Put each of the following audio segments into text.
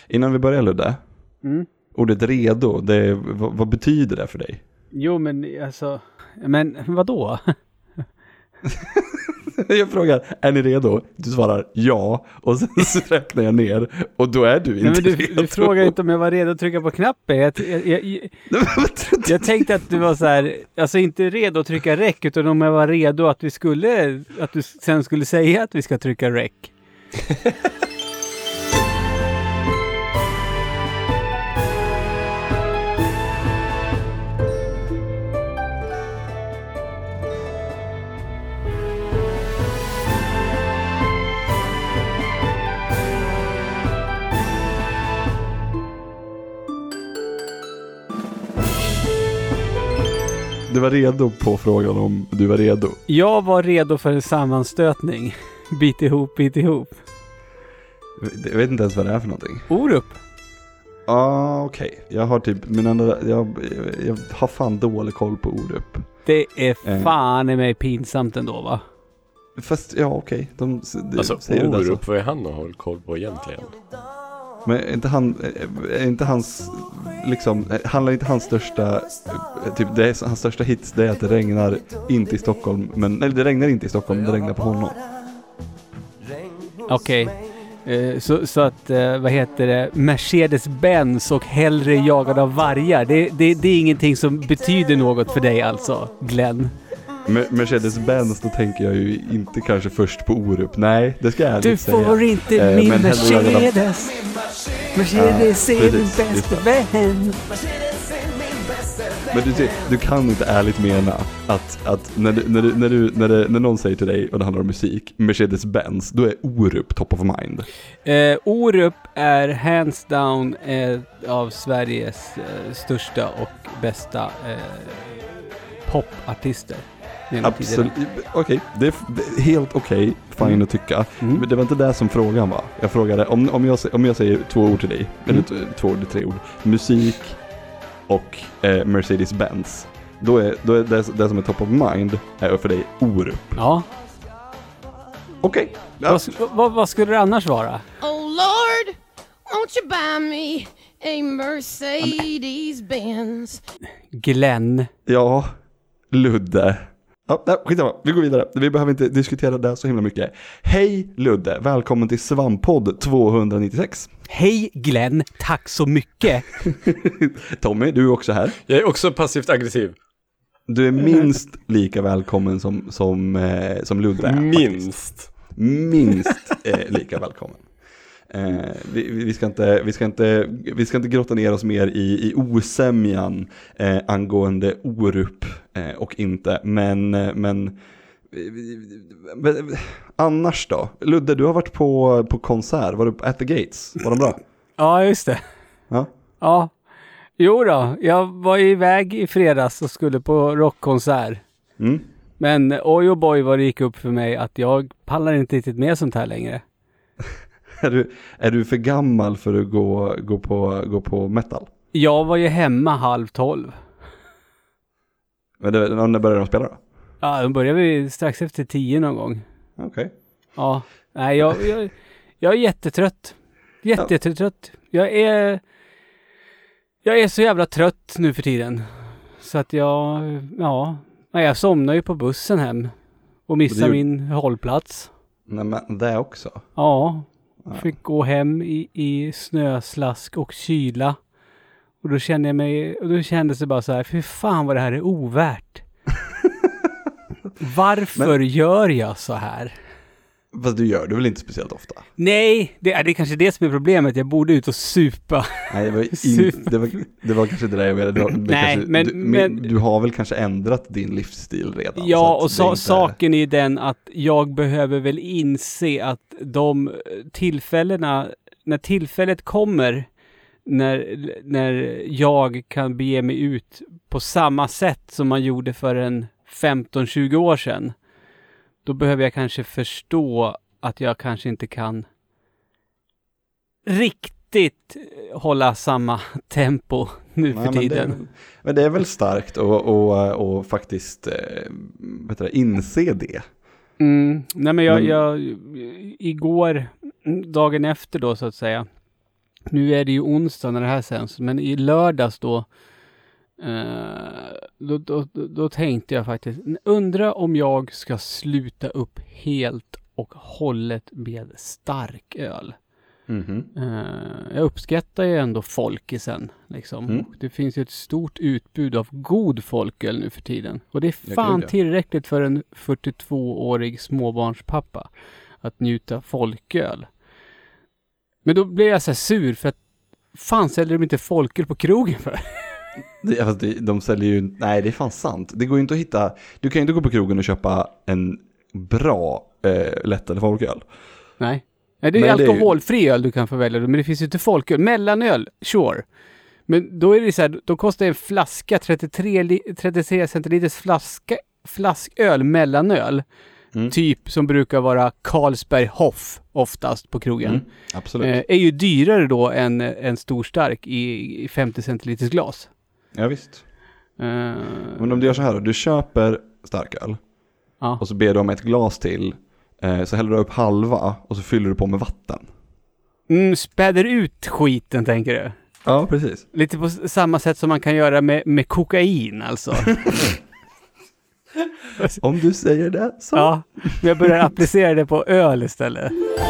Innan vi börjar, Ludde. Ordet redo, vad betyder det för dig? Jo, men alltså... Men vadå? Jag frågar, är ni redo? Du svarar ja. Och sen så räknar jag ner. Och då är du inte redo. Du frågar inte om jag var redo att trycka på knappen. Jag tänkte att du var så här... Alltså inte redo att trycka rec. Utan om jag var redo att du sen skulle säga att vi ska trycka rec. Du var redo på frågan om du var redo. Jag var redo för en sammanstötning. Bit ihop. Jag vet inte ens vad det är för någonting. Orup. Okej. Jag har typ jag har fan dålig koll på Orup. Det är fan i mig pinsamt ändå, va? Fast ja, okej. Alltså Orup, vad är han och håller koll på egentligen? Men inte hans liksom, handlar inte hans största typ, det är hans största hits, det är att det regnar inte i Stockholm, eller det regnar inte i Stockholm, det regnar på honom. Okej. Så att, vad heter det? Mercedes-Benz och hellre jagad av vargar. Det är ingenting som betyder något för dig alltså, Glenn. Mercedes-Benz, då tänker jag ju inte kanske först på Orup. Nej, det ska jag ärligt säga. Du får inte min Mercedes. Mercedes är min bästa vän. Men du kan inte ärligt mena att när någon säger till dig och det handlar om musik, Mercedes-Benz, då är Orup top of mind. Orup är hands down av Sveriges största och bästa popartister. Absolut, okej. Det är helt okej, fine att tycka. Men det var inte det som frågan var. Jag frågade, om jag säger två ord till dig, eller två ord, tre ord, musik och Mercedes-Benz, då är det som är top of mind är för dig Orup. Ja. Okej. Ja. Vad skulle det annars vara? Oh Lord, won't you buy me a Mercedes-Benz? Glenn. Ja, Ludde. Ja, skitsamma. Vi går vidare. Vi behöver inte diskutera det så himla mycket. Hej Ludde, välkommen till Svamppodd 296. Hej Glenn, tack så mycket. Tommy, du är också här. Jag är också passivt aggressiv. Du är minst lika välkommen som Ludde är. Minst lika välkommen. Vi ska inte grotta ner oss mer i osämjan angående Orup och inte, men annars då? Ludde, du har varit på konsert, var du på At the Gates? Var de bra? Ja, just det. Ja. Jo då, jag var iväg i fredags och skulle på rockkonsert. Men oj och boy vad det gick upp för mig att jag pallar inte riktigt med sånt här längre. Är du för gammal för att gå på metal? Jag var ju hemma 11:30. Men när började de spela då? Ja, de började vi strax efter 10 någon gång. Okej. Ja, nej, jag är jättetrött. Jättetrött. Jag är så jävla trött nu för tiden. Så att jag somnar ju på bussen hem och missar min hållplats. Nej, men det också? Ja. Fick gå hem i snöslask och kyla. Och då kändes det bara så här, för fan vad det här är ovärt. Varför gör jag så här? Fast du gör det väl inte speciellt ofta? Nej, det är kanske det som är problemet. Jag borde ut och supa. Nej, det var kanske det där jag menade. Du har väl kanske ändrat din livsstil redan? Ja, och saken är den att jag behöver väl inse att de tillfällena, när tillfället kommer, när jag kan bege mig ut på samma sätt som man gjorde för en 15-20 år sedan, då behöver jag kanske förstå att jag kanske inte kan riktigt hålla samma tempo nu för tiden. Men det är väl starkt och faktiskt inse det. Nej, men jag igår, dagen efter då så att säga, nu är det ju onsdag när det här sänds, men i lördags då tänkte jag faktiskt, undra om jag ska sluta upp helt och hållet med starköl. Jag uppskattar ju ändå folkisen liksom. Och det finns ju ett stort utbud av god folköl nu för tiden. Och det är fan tillräckligt för en 42-årig småbarnspappa att njuta folköl. Men då blir jag så här sur för att fan säljer de inte folköl på krogen för? De säljer ju, nej det är fan sant. Det går ju inte att hitta, du kan ju inte gå på krogen och köpa en bra lättare folköl. Nej, det är alkoholfri öl du kan få välja, men det finns ju inte folköl. Mellanöl, sure. Men då är det så här, då kostar en flaska 33 centiliters flasköl mellanöl. Typ som brukar vara Carlsberg Hoff oftast på krogen. Absolut. Är ju dyrare då än en stor stark i 50 centiliters glas. Ja visst. Men om du gör så här då, du köper starköl och så ber du om ett glas till, så häller du upp halva och så fyller du på med vatten. Späder ut skiten, tänker du? Ja, precis. Lite på samma sätt som man kan göra med kokain alltså. Om du säger det så. Ja, jag börjar applicera det på öl istället.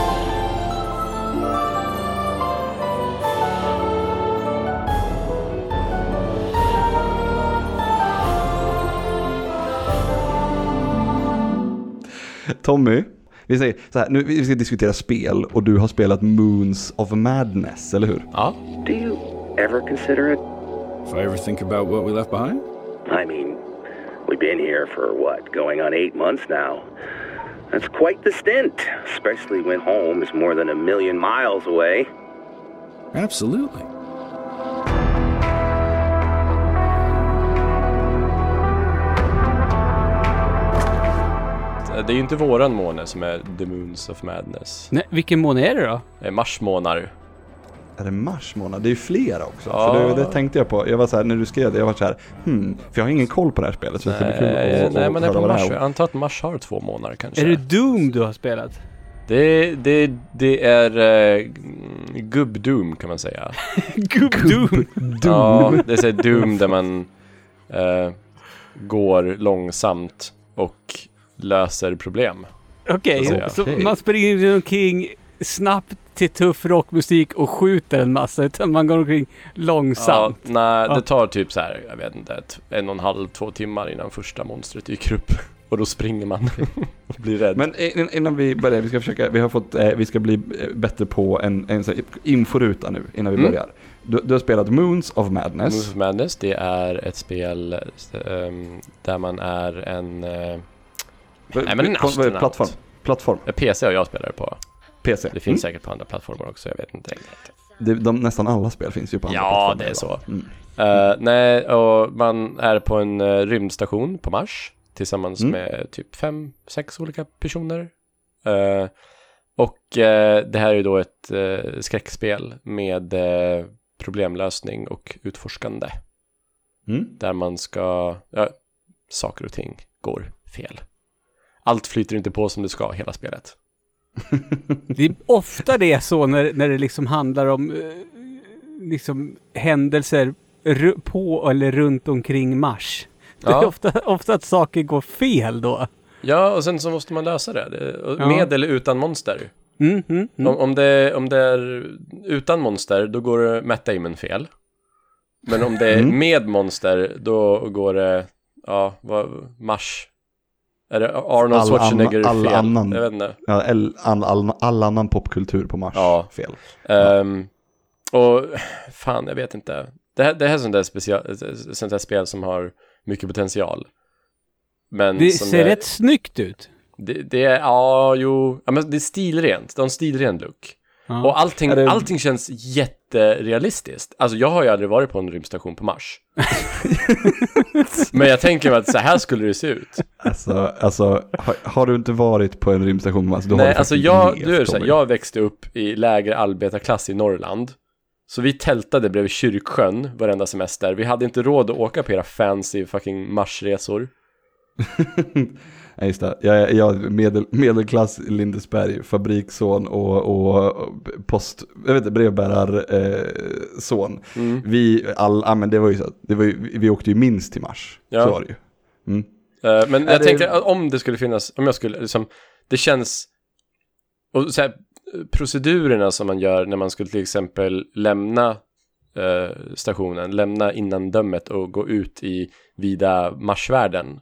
Tommy, vi säger så här, nu vi ska diskutera spel och du har spelat Moons of Madness, eller hur? Ja. Do you ever consider it? If I ever think about what we left behind? I mean, we've been here for what, going on 8 months now. That's quite the stint, especially when home is more than 1 million miles away. Absolutely. Det är ju inte våran månad som är The Moons of Madness. Nej, vilken månad är det då? Det är mars månad. Är det mars månad? Det är ju flera också. Ja. För det tänkte jag på. Jag var så här, när du skrev det, jag var så här, för jag har ingen koll på det här spelet. Så det ska bli kul att nej, men det är på höra mars. vad det Jag antar att mars har 2 månader kanske. Är det Doom du har spelat? Det är gubb-Doom kan man säga. Gubb-Doom? Ja, det är så Doom där man går långsamt och löser problem. Okej, så man springer omkring snabbt till tuff rockmusik och skjuter en massa, utan man går omkring långsamt. Ja, nej, det tar typ så här, jag vet inte, 1,5-2 timmar innan första monstret dyker upp. Och då springer man och blir rädd. Men innan vi börjar, vi ska försöka, vi ska bli bättre på en så här inforuta nu innan vi börjar. Du har spelat Moons of Madness. Moons of Madness, det är ett spel där man är en en astronaut. Plattform. PC och jag spelar på. PC. Det finns säkert på andra plattformar också, jag vet inte riktigt. Nästan alla spel finns ju på andra plattformar. Ja, det är så. Nej, och man är på en rymdstation på Mars tillsammans med typ 5-6 olika personer. Och det här är ju då ett skräckspel med problemlösning och utforskande. Där man ska... saker och ting går fel. Allt flyter inte på som det ska hela spelet. Det är ofta det så när det liksom handlar om liksom händelser på eller runt omkring Mars. Det är ofta att saker går fel då. Ja, och sen så måste man lösa det. Med eller utan monster. Om det är utan monster, då går det Matt Damon fel. Men om det är med monster, då går det Mars. Är det Arnold Schwarzenegger fel? Annan, jag vet inte. Ja, all annan popkultur på Mars fel. Och fan, jag vet inte. Det här är sånt där spel som har mycket potential. Men det ser rätt snyggt ut. Det är, men det är stilrent. Det har en stilren look. Och allting känns jätterealistiskt. Alltså jag har ju aldrig varit på en rymdstation på Mars. Men jag tänker att så här skulle det se ut. Alltså har du inte varit på en rymdstation på Mars? Nej, alltså jag växte upp i lägre arbetarklass i Norrland. Så vi tältade bredvid kyrksjön varenda semester. Vi hade inte råd att åka på era fancy fucking Marsresor. Ja, just det. Jag är medelklass Lindesberg, fabriksson och brevbärarson. Men det var ju så. Vi åkte ju minst till Mars. Ja. Så var det ju. Men jag tänker om det skulle finnas, om jag skulle liksom, det känns, och så här, procedurerna som man gör när man skulle till exempel lämna stationen, lämna innandömet och gå ut i vida marsvärlden,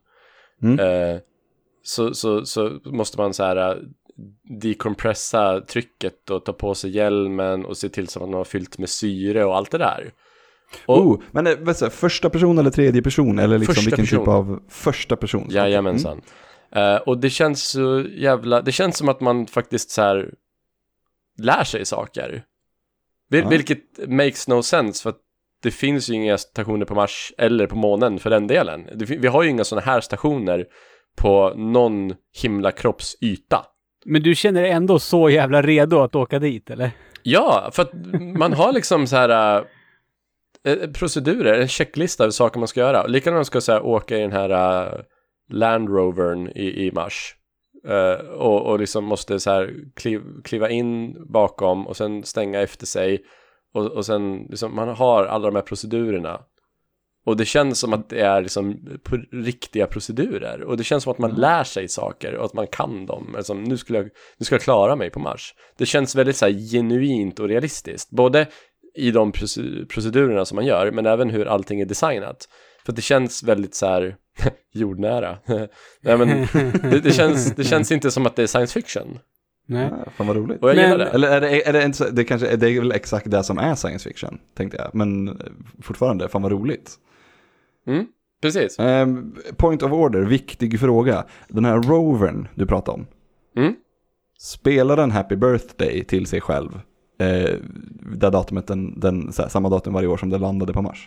så måste man så här dekompressa trycket och ta på sig hjälmen och se till så att man har fyllt med syre och allt det där. Men vad säger, första person eller tredje person, eller liksom Första vilken person. Typ av första person? Jajamensan. Och det känns så jävla, det känns som att man faktiskt så här lär sig saker. Vilket makes no sense, för att det finns ju inga stationer på Mars eller på månen för den delen. Vi har ju inga sådana här stationer på någon himlakropps yta. Men du känner dig ändå så jävla redo att åka dit, eller? Ja, för att man har liksom så här procedurer, en checklista av saker man ska göra. Likadant man ska så här, åka i den här Land Rovern i Mars. Och liksom måste så här kliva in bakom och sen stänga efter sig. Och sen liksom, man har alla de här procedurerna. Och det känns som att det är liksom riktiga procedurer. Och det känns som att man lär sig saker och att man kan dem. Alltså, nu ska jag klara mig på Mars. Det känns väldigt så här genuint och realistiskt. Både i de procedurerna som man gör, men även hur allting är designat. För det känns väldigt så här jordnära. Nej, men det känns inte som att det är science fiction. Nej. Ja, fan vad roligt. Och jag gillar det. Eller är det inte så, det kanske är det väl exakt det som är science fiction, tänkte jag. Men fortfarande, fan vad roligt. Precis. Point of order, viktig fråga. Den här rovern du pratade om. Spelar den Happy Birthday till sig själv? Där datumet samma datum varje år som det landade på Mars.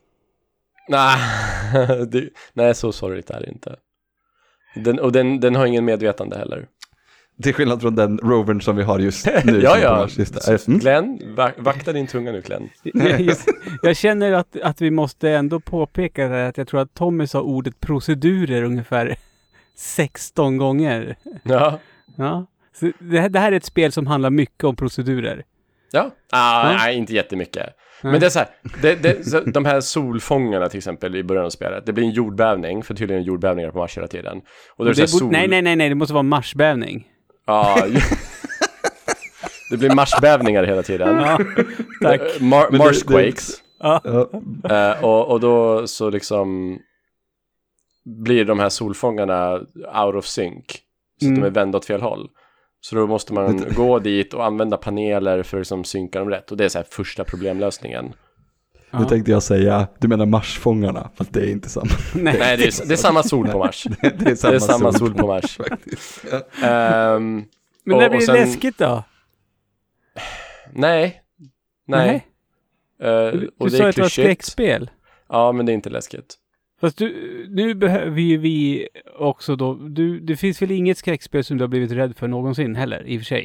Nej, så sorgligt är det inte. Den har ingen medvetande heller. Till skillnad från den rovern som vi har just nu. Ja. På Mars, just det. Glenn, vakta din tunga nu, Glenn. Jag känner att vi måste ändå påpeka det, att jag tror att Tommy sa ordet procedurer ungefär 16 gånger. Ja. Så det här är ett spel som handlar mycket om procedurer. Ja. Nej, inte jättemycket. Men det är så här, så de här solfångarna till exempel i början av spelet, det blir en jordbävning, för tydligen jordbävningar på Mars hela tiden. Och då är det så här Nej, det måste vara marsbävning. Ja, det blir marsbävningar hela tiden. Ja, tack. Marsquakes. Ja. Och då så liksom blir de här solfångarna out of sync. Så att de är vända åt fel håll. Så då måste man gå dit och använda paneler för att liksom synka dem rätt. Och det är så här första problemlösningen. Nu tänkte jag säga, du menar Marsfångarna, fast det är inte samma. Nej, det är samma sol på Mars. Det är samma sol på Mars. Men det blir sen, läskigt då? Nej. Du sa att det var ett skräckspel. Ja, men det är inte läskigt. Fast nu behöver ju vi också då... Det finns väl inget skräckspel som du har blivit rädd för någonsin heller, i och för sig?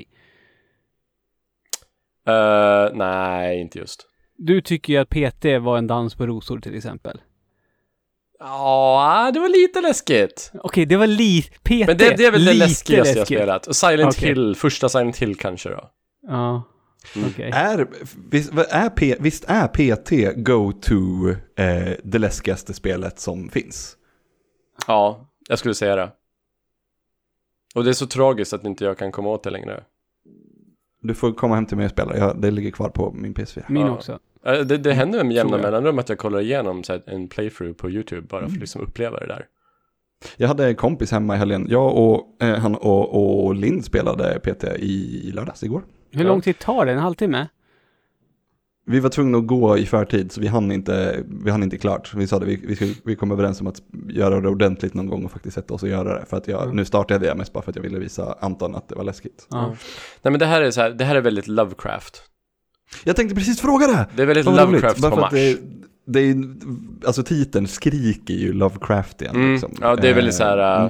Nej, inte just. Du tycker ju att PT var en dans på rosor till exempel. Ja, det var lite läskigt. Okej, det var PT. Men det är väl det läskigaste jag spelat. Och Silent Hill, första Silent Hill kanske då. Ja, okej. Visst är PT go-to det läskigaste spelet som finns? Ja, jag skulle säga det. Och det är så tragiskt att inte jag kan komma åt det längre. Du får komma hem till mig och spela. Det ligger kvar på min PS4. Min också. Det händer med jämna mellanrum att jag kollar igenom så här, en playthrough på YouTube bara för att liksom uppleva det där. Jag hade en kompis hemma i helgen. Jag och han och Lind spelade PT i lördags igår. Hur lång tid tar det? En halvtimme? Vi var tvungna att gå i förtid, så vi hann inte klart. Vi sa det, vi kom överens om att göra det ordentligt någon gång och faktiskt sätta oss och göra det. För att nu startade jag mest bara för att jag ville visa Anton att det var läskigt. Nej, men det här är så här, det här är väldigt Lovecraft. Jag tänkte precis fråga det. Det är väldigt Lovecraft på Mars. Det är, alltså titeln skriker ju Lovecraftian. Liksom. Ja, det är väldigt så här...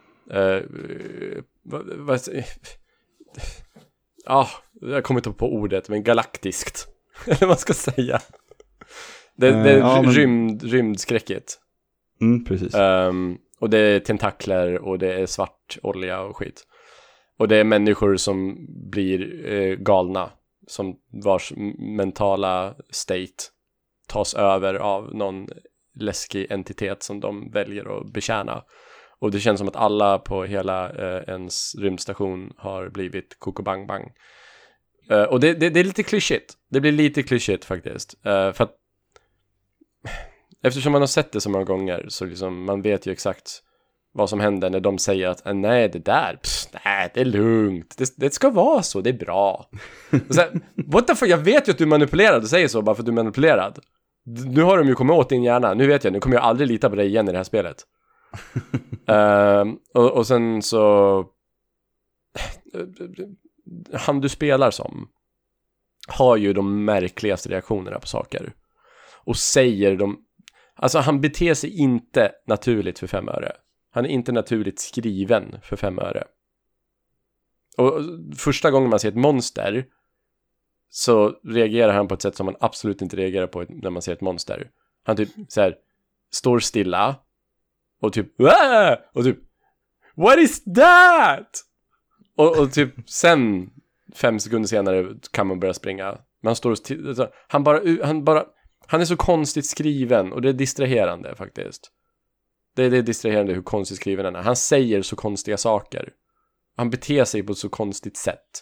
jag kommer inte på ordet, men galaktiskt. Eller vad man ska säga. Det är rymdskräckigt. Precis. Och det är tentakler och det är svart olja och skit. Och det är människor som blir galna. Som vars mentala state tas över av någon läskig entitet som de väljer att betjäna. Och det känns som att alla på hela ens rymdstation har blivit kokobang bang. Och det är lite klyschigt. Det blir lite klyschigt faktiskt. För att eftersom man har sett det så många gånger så liksom man vet ju exakt vad som händer när de säger att nej, det där, nej, det är lugnt. Det ska vara så, det är bra. Och så här, what the fuck, jag vet ju att du är manipulerad och säger så bara för att du är manipulerad. Nu har de ju kommit åt din hjärna. Nu vet jag, nu kommer jag aldrig lita på dig igen i det här spelet. Och sen så han du spelar som har ju de märkligaste reaktionerna på saker. Och säger de, alltså han beter sig inte naturligt för 5 öre. Han är inte naturligt skriven för 5 öre. Och första gången man ser ett monster så reagerar han på ett sätt som man absolut inte reagerar på när man ser ett monster. Han typ så här står stilla och typ Wah! Och typ what is that? Och typ sen 5 sekunder senare kan man börja springa. Man står han är så konstigt skriven och det är distraherande faktiskt. Det är distraherande hur konstigt skriven han är. Han säger så konstiga saker. Han beter sig på ett så konstigt sätt.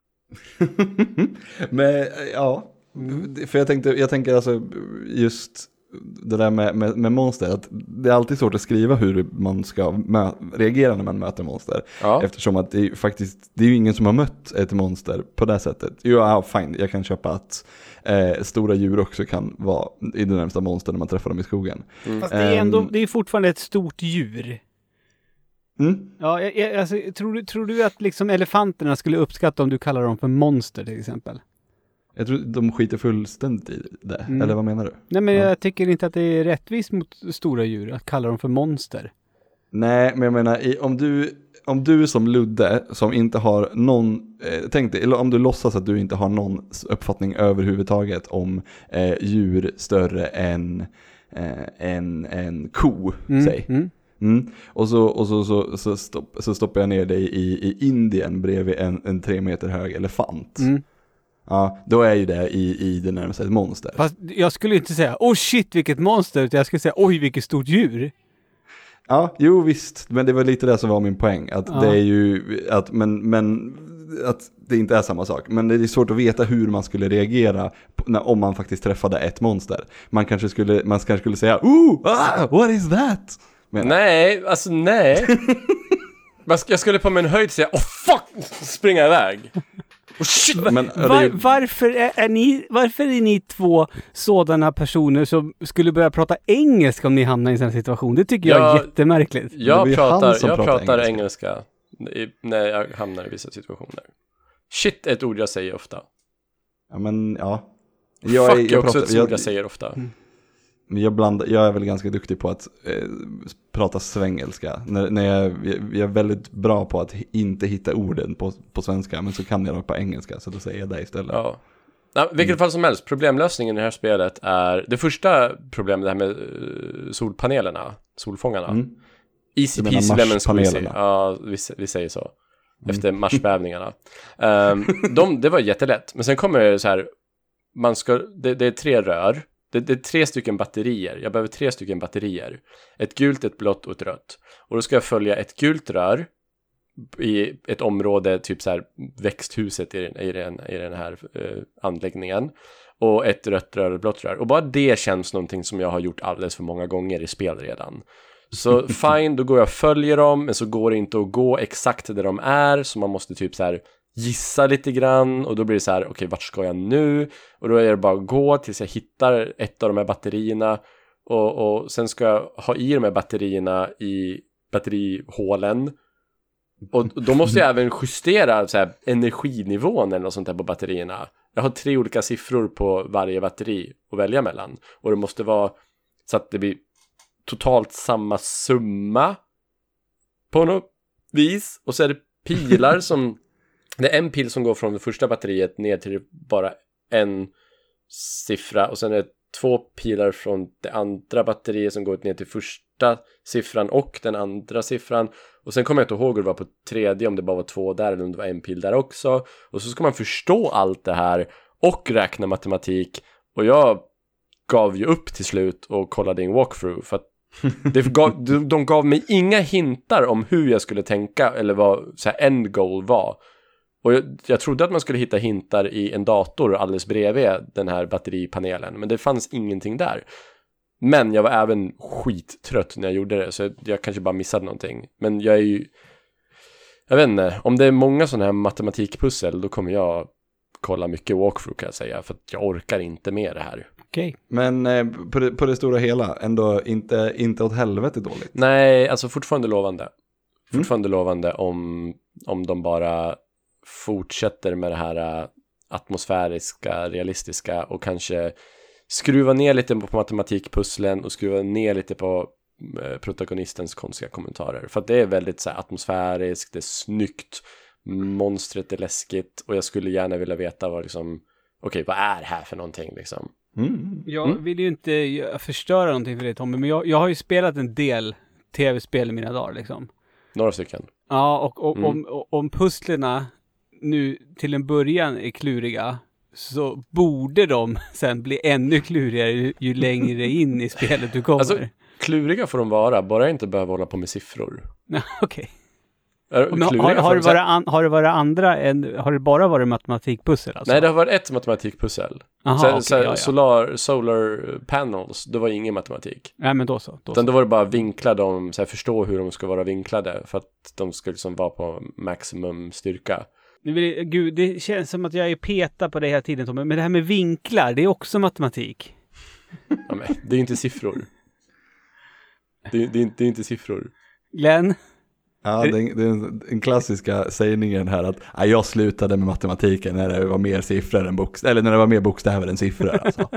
Men ja, för jag tänker alltså just det där med monster, att det är alltid svårt att skriva hur man ska reagera när man möter monster. Ja. Eftersom att det är faktiskt, det är ju ingen som har mött ett monster på det sättet. Ja, fine, jag kan köpa att stora djur också kan vara i det närmsta monster när man träffar dem i skogen. Fast det är ändå, det är fortfarande ett stort djur. Ja, alltså, tror du att liksom elefanterna skulle uppskatta om du kallar dem för monster till exempel? Jag tror de skiter fullständigt i det. Eller vad menar du? Nej, men jag tycker inte att det är rättvist mot stora djur att kalla dem för monster. Nej, men jag menar om du som Ludde som inte har någon tänk dig, eller om du låtsas att du inte har någon uppfattning överhuvudtaget om djur större än en ko, säg. Och så stoppar jag ner dig i Indien bredvid en 3 meter hög elefant. Ja, då är ju det i det närmaste ett monster. Fast jag skulle inte säga, oh shit vilket monster, utan jag skulle säga, oj vilket stort djur. Ja, jo visst, men det var lite det som var min poäng. Att det är ju, att, men att det inte är samma sak. Men det är svårt att veta hur man skulle reagera om man faktiskt träffade ett monster. Man kanske skulle säga, what is that? Nej, alltså nej. Jag skulle på min höjd säga, fuck, springa iväg. Men, varför är ni 2 sådana personer som skulle börja prata engelska om ni hamnar i en sån här situation? Det tycker jag är jättemärkligt. Jag pratar engelska när jag hamnar i vissa situationer. Shit är ett ord jag säger ofta. Ja, men ja. Fuck är också ett ord jag säger ofta. Jag är väl ganska duktig på att prata svengelska. När jag är väldigt bra på att inte hitta orden på svenska, men så kan jag nog på engelska, så då säger jag det istället. Ja. Vilket fall som helst, problemlösningen i det här spelet är det första problemet, det här med solpanelerna, solfångarna. Easy peasy lemon squeezy. Ja, vi säger så. Efter marsbävningarna. Det var jättelätt. Men sen kommer det så här, det är 3 rör. Det är 3 stycken batterier. Jag behöver 3 stycken batterier. Ett gult, ett blått och ett rött. Och då ska jag följa ett gult rör i ett område, typ så här växthuset i den här anläggningen. Och ett rött rör och ett blått rör. Och bara det känns någonting som jag har gjort alldeles för många gånger i spel redan. Så fine, då går jag och följer dem. Men så går det inte att gå exakt där de är. Så man måste typ så här gissa lite grann, och då blir det så här, okej, vart ska jag nu? Och då är det bara att gå tills jag hittar ett av de här batterierna, och sen ska jag ha i de här batterierna i batterihålen, och då måste jag även justera så här energinivån eller något sånt där på batterierna. Jag har 3 olika siffror på varje batteri att välja mellan, och det måste vara så att det blir totalt samma summa på något vis, och så är det pilar som det är en pil som går från det första batteriet ner till bara en siffra, och sen är det 2 pilar från det andra batteriet som går ner till första siffran och den andra siffran. Och sen kommer jag inte ihåg hur det var på tredje, om det bara var 2 där eller om det var en pil där också. Och så ska man förstå allt det här och räkna matematik. Och jag gav ju upp till slut och kollade in walkthrough för att de gav mig inga hintar om hur jag skulle tänka eller vad så här end goal var. Och jag trodde att man skulle hitta hintar i en dator alldeles bredvid den här batteripanelen, men det fanns ingenting där. Men jag var även skittrött när jag gjorde det, så jag kanske bara missade någonting. Men jag vet inte, om det är många sådana här matematikpussel, då kommer jag kolla mycket walkthrough kan jag säga, för att jag orkar inte med det här. Okej. Men på det stora hela, ändå inte åt helvete dåligt. Nej, alltså fortfarande lovande. Fortfarande lovande om de bara fortsätter med det här atmosfäriska, realistiska och kanske skruva ner lite på matematikpusslen och skruva ner lite på protagonistens konstiga kommentarer. För att det är väldigt så här atmosfäriskt, det är snyggt, monstret är läskigt och jag skulle gärna vilja veta vad liksom, okej, vad är det här för någonting liksom? Jag vill ju inte förstöra någonting för dig, Tommy, men jag har ju spelat en del tv-spel i mina dagar liksom. Några stycken. Ja, och om pusslerna nu till en början är kluriga, så borde de sen bli ännu klurigare ju längre in i spelet du kommer. Alltså, kluriga får de vara, bara inte behöva hålla på med siffror. Ja, okej. Har det varit andra än, har det bara varit matematikpussel alltså? Nej, det har varit ett matematikpussel. Aha, Solar panels, det var ingen matematik. Nej, men då så. Då var det bara vinkla dem, så här, förstå hur de ska vara vinklade för att de ska liksom vara på maximum styrka. Gud, det känns som att jag är peta på det hela tiden, Tommy. Men det här med vinklar, det är också matematik. Ja, men det är inte siffror. Det är inte siffror. Glenn? Ja, det är en klassiska sägningen här att jag slutade med matematiken när det var mer siffror än eller när det var mer bokstäver än siffror alltså.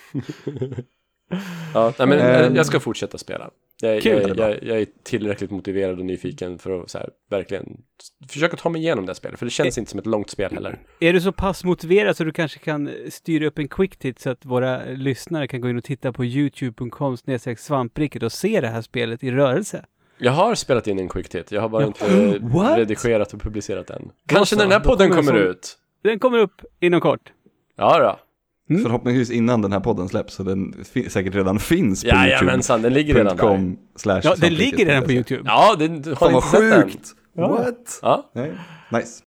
Ja, nej, men jag ska fortsätta spela. Jag är tillräckligt motiverad och nyfiken för att så här, verkligen försöka ta mig igenom det här spelet. För det känns inte som ett långt spel heller. Är du så pass motiverad så du kanske kan styra upp en quick tit så att våra lyssnare kan gå in och titta på youtube.com/svampriket och se det här spelet i rörelse? Jag har spelat in en quick tit. Jag har bara inte redigerat och publicerat den. Kanske när den här podden kommer ut. Den kommer upp inom kort. Ja då. Förhoppningsvis innan den här podden släpps, så den säkert redan finns på YouTube. Jajamensan, den ligger redan där. Ja, den ligger redan på YouTube. Ja, det har ni inte sett den. What? Ja. Nej. Nice.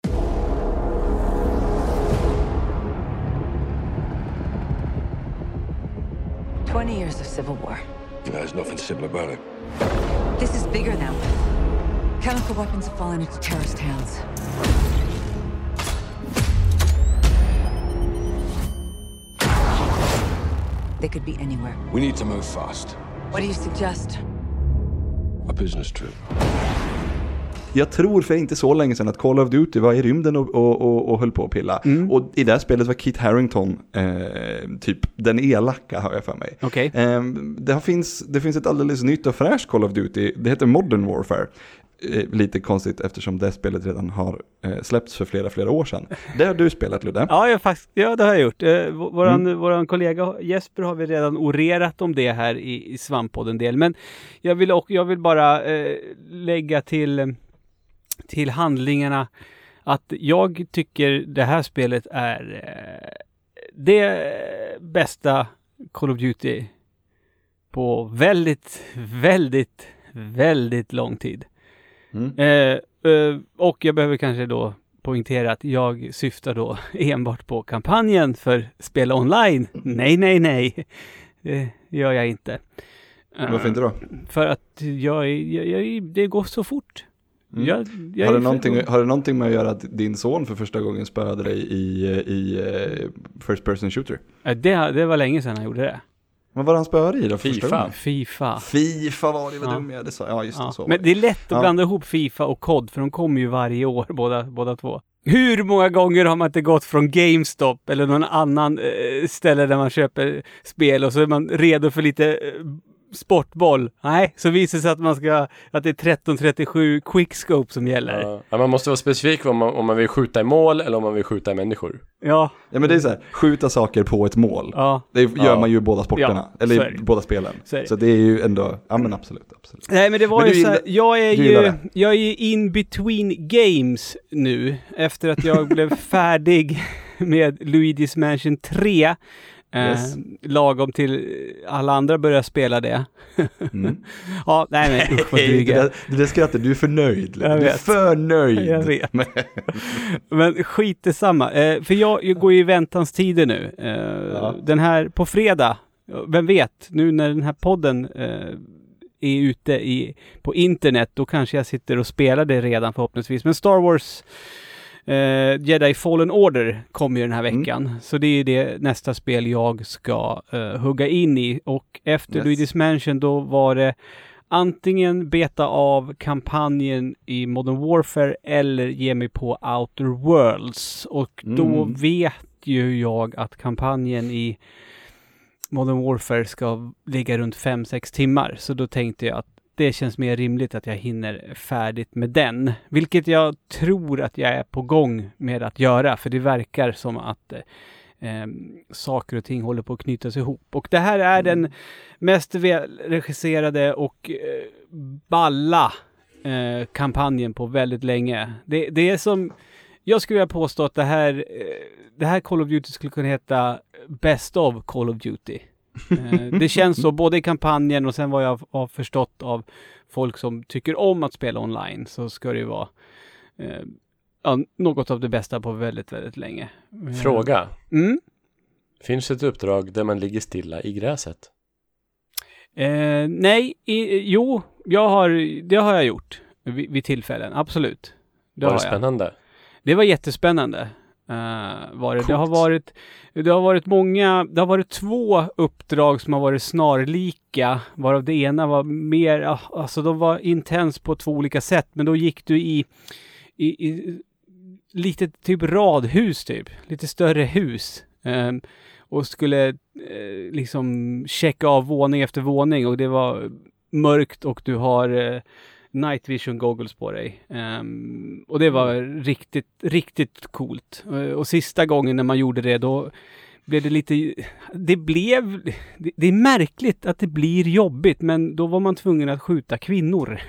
Years of civil war. There's nothing civil about it. This is bigger now. Chemical weapons have fallen into terrorist hands. They could be anywhere. We need to move fast. What do you suggest? A business trip. Jag tror för inte så länge sedan att Call of Duty var i rymden och höll på att pilla. Och i det här spelet var Kit Harington typ den elaka, har jag för mig. Okay. Det finns ett alldeles nytt och fräscht Call of Duty. Det heter Modern Warfare. Lite konstigt eftersom det spelet redan har släppts för flera år sedan. Det har du spelat, Ludde? Ja, det har jag gjort. Våran kollega Jesper har vi redan orerat om det här i Svamppodden del. Men jag vill bara lägga till handlingarna att jag tycker det här spelet är det bästa Call of Duty på väldigt, väldigt, väldigt lång tid. Och jag behöver kanske då poängtera att jag syftar då enbart på kampanjen för spela online. Nej. Det gör jag inte. Varför inte då? För att det går så fort. Har det någonting med att göra att din son för första gången spöade dig i first person shooter? Det var länge sedan han gjorde det. Vad var han spöade i då? FIFA var det, vad dum jag det sa. Ja, just det, så. Men det är lätt att blanda ihop FIFA och COD, för de kommer ju varje år båda två. Hur många gånger har man inte gått från GameStop eller någon annan ställe där man köper spel och så är man redo för lite sportboll. Nej, så visar det sig att det är 1337 quickscope som gäller. Ja, man måste vara specifik om man vill skjuta i mål eller om man vill skjuta i människor. Ja. Ja, men det är så här, skjuta saker på ett mål. Ja. Det gör man ju i båda sporterna, eller i båda spelen. Så det är ju ändå, ja men absolut. Nej, men det var men ju så här, jag är ju in between games nu, efter att jag blev färdig med Luigi's Mansion 3. Yes. Lagom till alla andra börjar spela det. Ja, nej men usch vad dryga. Det skrattar, du är för nöjd. Du är för nöjd. Jag vet. Men skit detsamma. För jag går ju i väntans tider nu. Den här på fredag, vem vet, nu när den här podden är ute på internet, då kanske jag sitter och spelar det redan förhoppningsvis. Men Star Wars Jedi Fallen Order kommer ju den här veckan. Så det är det nästa spel jag ska hugga in i. Och efter Luigi's Mansion då var det antingen beta av kampanjen i Modern Warfare eller ge mig på Outer Worlds. Och då vet ju jag att kampanjen i Modern Warfare ska ligga runt 5-6 timmar. Så då tänkte jag att det känns mer rimligt att jag hinner färdigt med den. Vilket jag tror att jag är på gång med att göra. För det verkar som att saker och ting håller på att knytas ihop. Och det här är den mest välregisserade och balla kampanjen på väldigt länge. Det är som, jag skulle vilja påstå att det här Call of Duty skulle kunna heta Best of Call of Duty. Det känns så, både i kampanjen och sen vad jag har förstått av folk som tycker om att spela online, så ska det ju vara något av det bästa på väldigt, väldigt länge. Fråga. Finns det ett uppdrag där man ligger stilla i gräset? Nej, jo, det har jag gjort vid tillfällen, absolut. Var det spännande? Det var jättespännande. Det har varit 2 uppdrag som har varit snarlika, varav det ena var mer, alltså de var intens på 2 olika sätt, men då gick du i lite typ radhus typ, lite större hus, och skulle liksom checka av våning efter våning, och det var mörkt och du har night vision goggles på dig. Och det var riktigt, riktigt coolt. Och sista gången när man gjorde det, då blev det lite... Det är märkligt att det blir jobbigt, men då var man tvungen att skjuta kvinnor.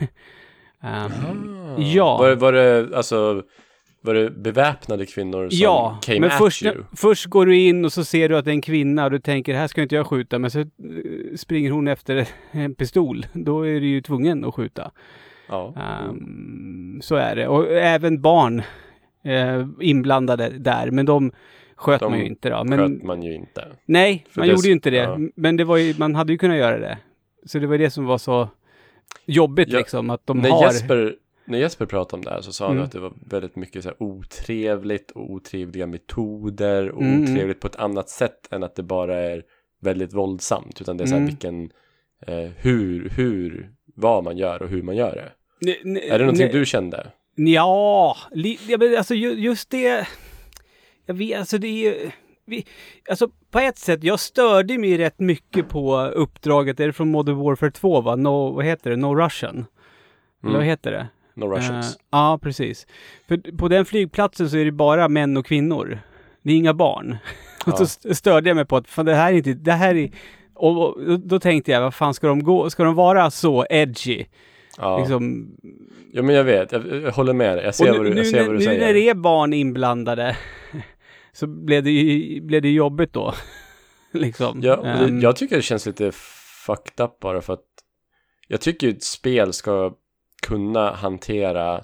Ja. Var det beväpnade kvinnor som came men at you? Först går du in och så ser du att det är en kvinna och du tänker, här ska inte jag skjuta, men så springer hon efter en pistol. Då är du ju tvungen att skjuta. Ja. Så är det. Och även barn inblandade där, men de sköt man ju inte då. Sköt man ju inte. Nej, man gjorde ju inte det. Ja. Men det var ju, man hade ju kunnat göra det. Så det var det som var så jobbigt liksom, att När Jesper pratade om det här så sa han att det var väldigt mycket så här otrevligt och otrevliga metoder och otrevligt på ett annat sätt än att det bara är väldigt våldsamt, utan det är så här vad man gör och hur man gör det. Är det någonting du kände? Ja, alltså just det, jag vet, alltså det är ju, alltså på ett sätt, jag störde mig rätt mycket på uppdraget, är det från Modern Warfare 2 va? Vad heter det? No Russian? Eller vad heter det? No Russians. Ja, precis. För på den flygplatsen så är det bara män och kvinnor. Det är inga barn. Och så störde jag mig på att fan, det här är och då tänkte jag, vad fan ska de vara så edgy? Ja. Liksom. Ja, men jag vet. Jag håller med dig. Jag ser vad du säger. Nu när det är barn inblandade så blev det jobbigt då. Liksom. Ja, jag tycker det känns lite fucked up bara för att jag tycker ett spel ska kunna hantera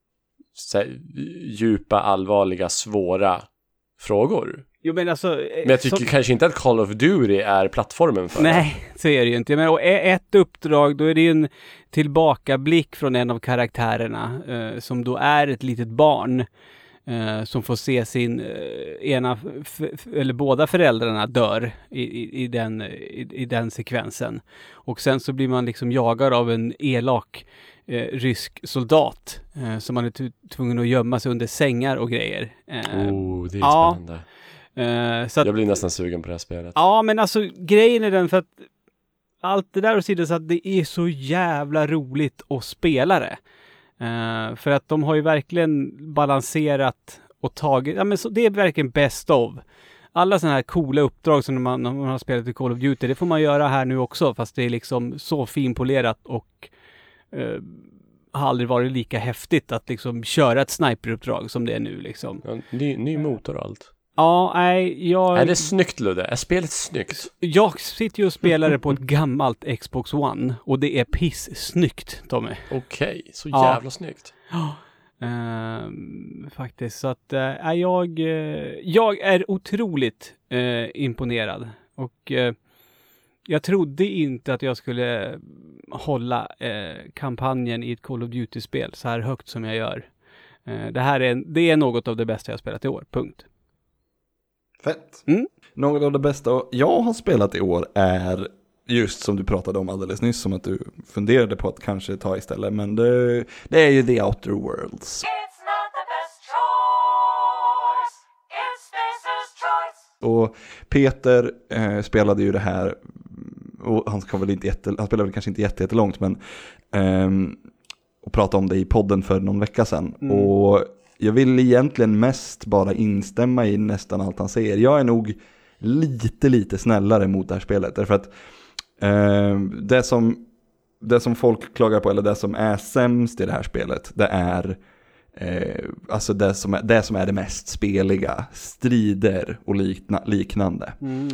djupa, allvarliga, svåra frågor. Jo, men jag tycker kanske inte att Call of Duty är plattformen för det. Nej, så är det ju inte. Men och ett uppdrag, då är det ju en tillbakablick från en av karaktärerna som då är ett litet barn som får se sin ena eller båda föräldrarna dör i den sekvensen. Och sen så blir man liksom jagad av en elak rysk soldat som man är tvungen att gömma sig under sängar och grejer. Det är spännande. Så att, jag blir nästan sugen på det här spelet. Ja, men alltså grejen är den för att allt det där och sidan så att det är så jävla roligt att spela det. För att de har ju verkligen balanserat och tagit, ja men så, det är verkligen best of. Alla sådana här coola uppdrag som man har spelat i Call of Duty, det får man göra här nu också, fast det är liksom så finpolerat och har aldrig varit lika häftigt att liksom köra ett sniperuppdrag som det är nu liksom. Ja, ny motor och allt. Ja, nej, Är det snyggt, Ludde? Är spelet snyggt? Jag sitter ju och spelar det på ett gammalt Xbox One och det är snyggt, Tommy. Okej, så jävla snyggt. Ja. Faktiskt, så att jag är otroligt imponerad och jag trodde inte att jag skulle hålla kampanjen i ett Call of Duty-spel så här högt som jag gör. Det är något av det bästa jag spelat i år, punkt. Fett. Något av det bästa jag har spelat i år är just som du pratade om alldeles nyss, som att du funderade på att kanske ta istället, men det är ju The Outer Worlds. Och Peter spelade ju det här, och han spelade väl kanske inte jättelångt, men och pratade om det i podden för någon vecka sedan. Och jag vill egentligen mest bara instämma i nästan allt han säger. Jag är nog lite snällare mot det här spelet, därför att det som folk klagar på, eller det som är sämst i det här spelet, det är alltså det som är det mest speliga, strider och liknande.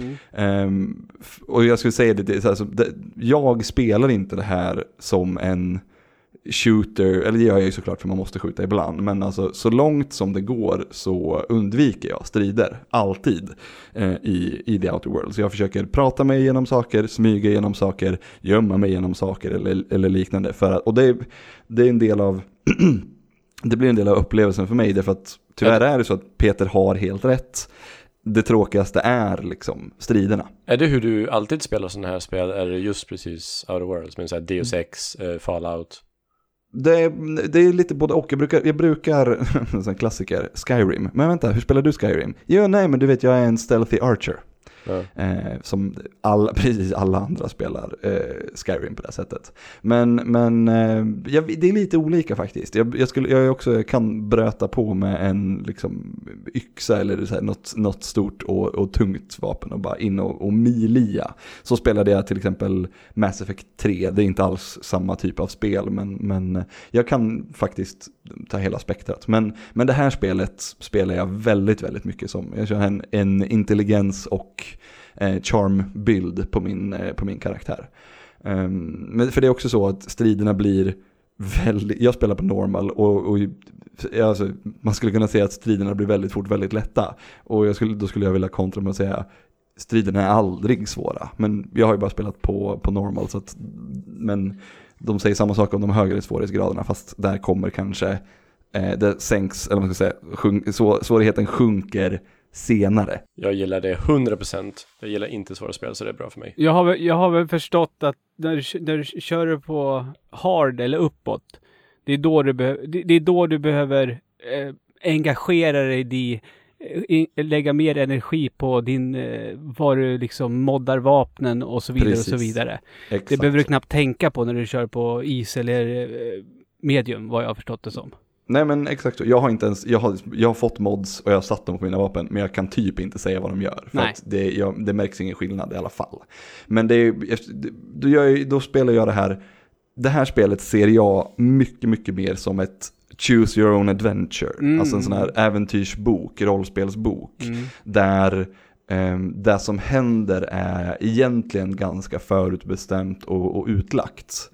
Och jag skulle säga jag spelar inte det här som en shooter, eller det gör jag ju såklart för man måste skjuta ibland, men alltså så långt som det går så undviker jag strider alltid i The Outer Worlds. Jag försöker prata mig igenom saker, smyga igenom saker, gömma mig igenom saker eller liknande, och det är en del av det blir en del av upplevelsen för mig, därför att tyvärr är det så att Peter har helt rätt. Det tråkigaste är liksom striderna. Är det hur du alltid spelar sådana här spel? Är det just precis Outer Worlds, men så här Deus Ex, Fallout? Det är lite både och. Jag brukar en klassiker, Skyrim. Men vänta, hur spelar du Skyrim? Jo, nej, men du vet, jag är en stealthy archer. Som precis alla andra spelar Skyrim på det sättet. Men det är lite olika faktiskt. Jag kan bröta på med en liksom yxa eller så här, något stort och tungt vapen och bara in och milia. Så spelade jag till exempel Mass Effect 3. Det är inte alls samma typ av spel, men jag kan faktiskt ta hela spektrat. Men det här spelet spelar jag väldigt, väldigt mycket som. Jag kör en intelligens och charm-bild på min karaktär. Men för det är också så att striderna blir väldigt... Jag spelar på normal och alltså, man skulle kunna säga att striderna blir väldigt fort väldigt lätta. Och då skulle jag vilja kontra med att säga striderna är aldrig svåra. Men jag har ju bara spelat på normal, så att, men de säger samma sak om de högre svårighetsgraderna, fast där kommer kanske det sänks, eller man ska säga svårigheten sjunker senare. Jag gillar det 100%. Jag gillar inte svåra spel, så det är bra för mig. Jag har väl förstått att när du kör på hard eller uppåt, det är då du behöver engagera dig lägga mer energi på var du liksom moddar vapnen och så vidare. Precis. Och så vidare. Exakt. Det behöver du knappt tänka på när du kör på is eller medium, vad jag har förstått det som. Nej, men exakt så. Jag har fått mods och jag har satt dem på mina vapen, men jag kan typ inte säga vad de gör. För att det märks ingen skillnad i alla fall. Men då spelar jag det här. Det här spelet ser jag mycket, mycket mer som ett choose your own adventure. Alltså en sån här äventyrsbok, rollspelsbok. Där det som händer är egentligen ganska förutbestämt och utlagt.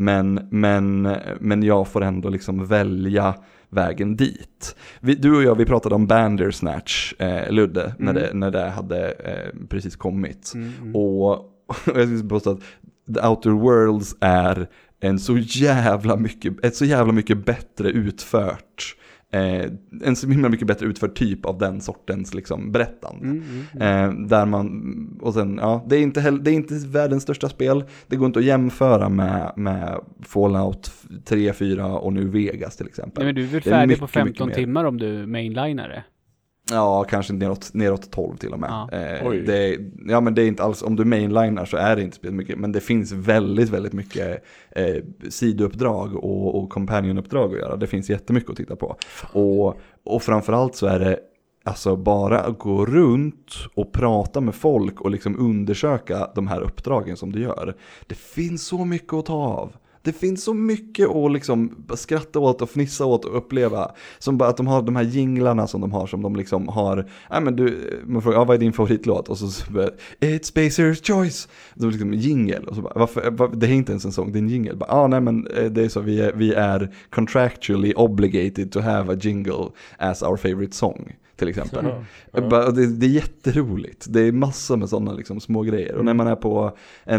Men jag får ändå liksom välja vägen dit. Du och jag, vi pratade om Bandersnatch, Ludde, när det hade precis kommit. Och jag skulle påstå att The Outer Worlds är ett så jävla mycket bättre utfört en så mycket bättre utförd typ av den sortens liksom berättande. Där man, och sen, ja, det är inte världens största spel. Det går inte att jämföra med Fallout 3, 4 och nu Vegas till exempel. Nej, men du är väl färdig på 15 timmar om du mainlinar det? Ja, kanske neråt 12 till och med. Ja. Men det är inte alls, om du mainlinar så är det inte speciellt mycket, men det finns väldigt, väldigt mycket sidouppdrag och companion-uppdrag att göra. Det finns jättemycket att titta på. Och framförallt så är det alltså bara att gå runt och prata med folk och liksom undersöka de här uppdragen som du gör. Det finns så mycket att ta av. Det finns så mycket att liksom skratta åt och fnissa åt och uppleva. Som bara att de har de här jinglarna som de liksom har. Man frågar, vad är din favoritlåt? Och så bara, It's Spacer's Choice. Det är liksom jingel. Och så bara, varför? Det är inte ens en sång, det är en jingel. Det är så, vi är contractually obligated to have a jingle as our favorite song. Till exempel. Det är jätteroligt. Det är massor med sådana liksom små grejer. Och när man är på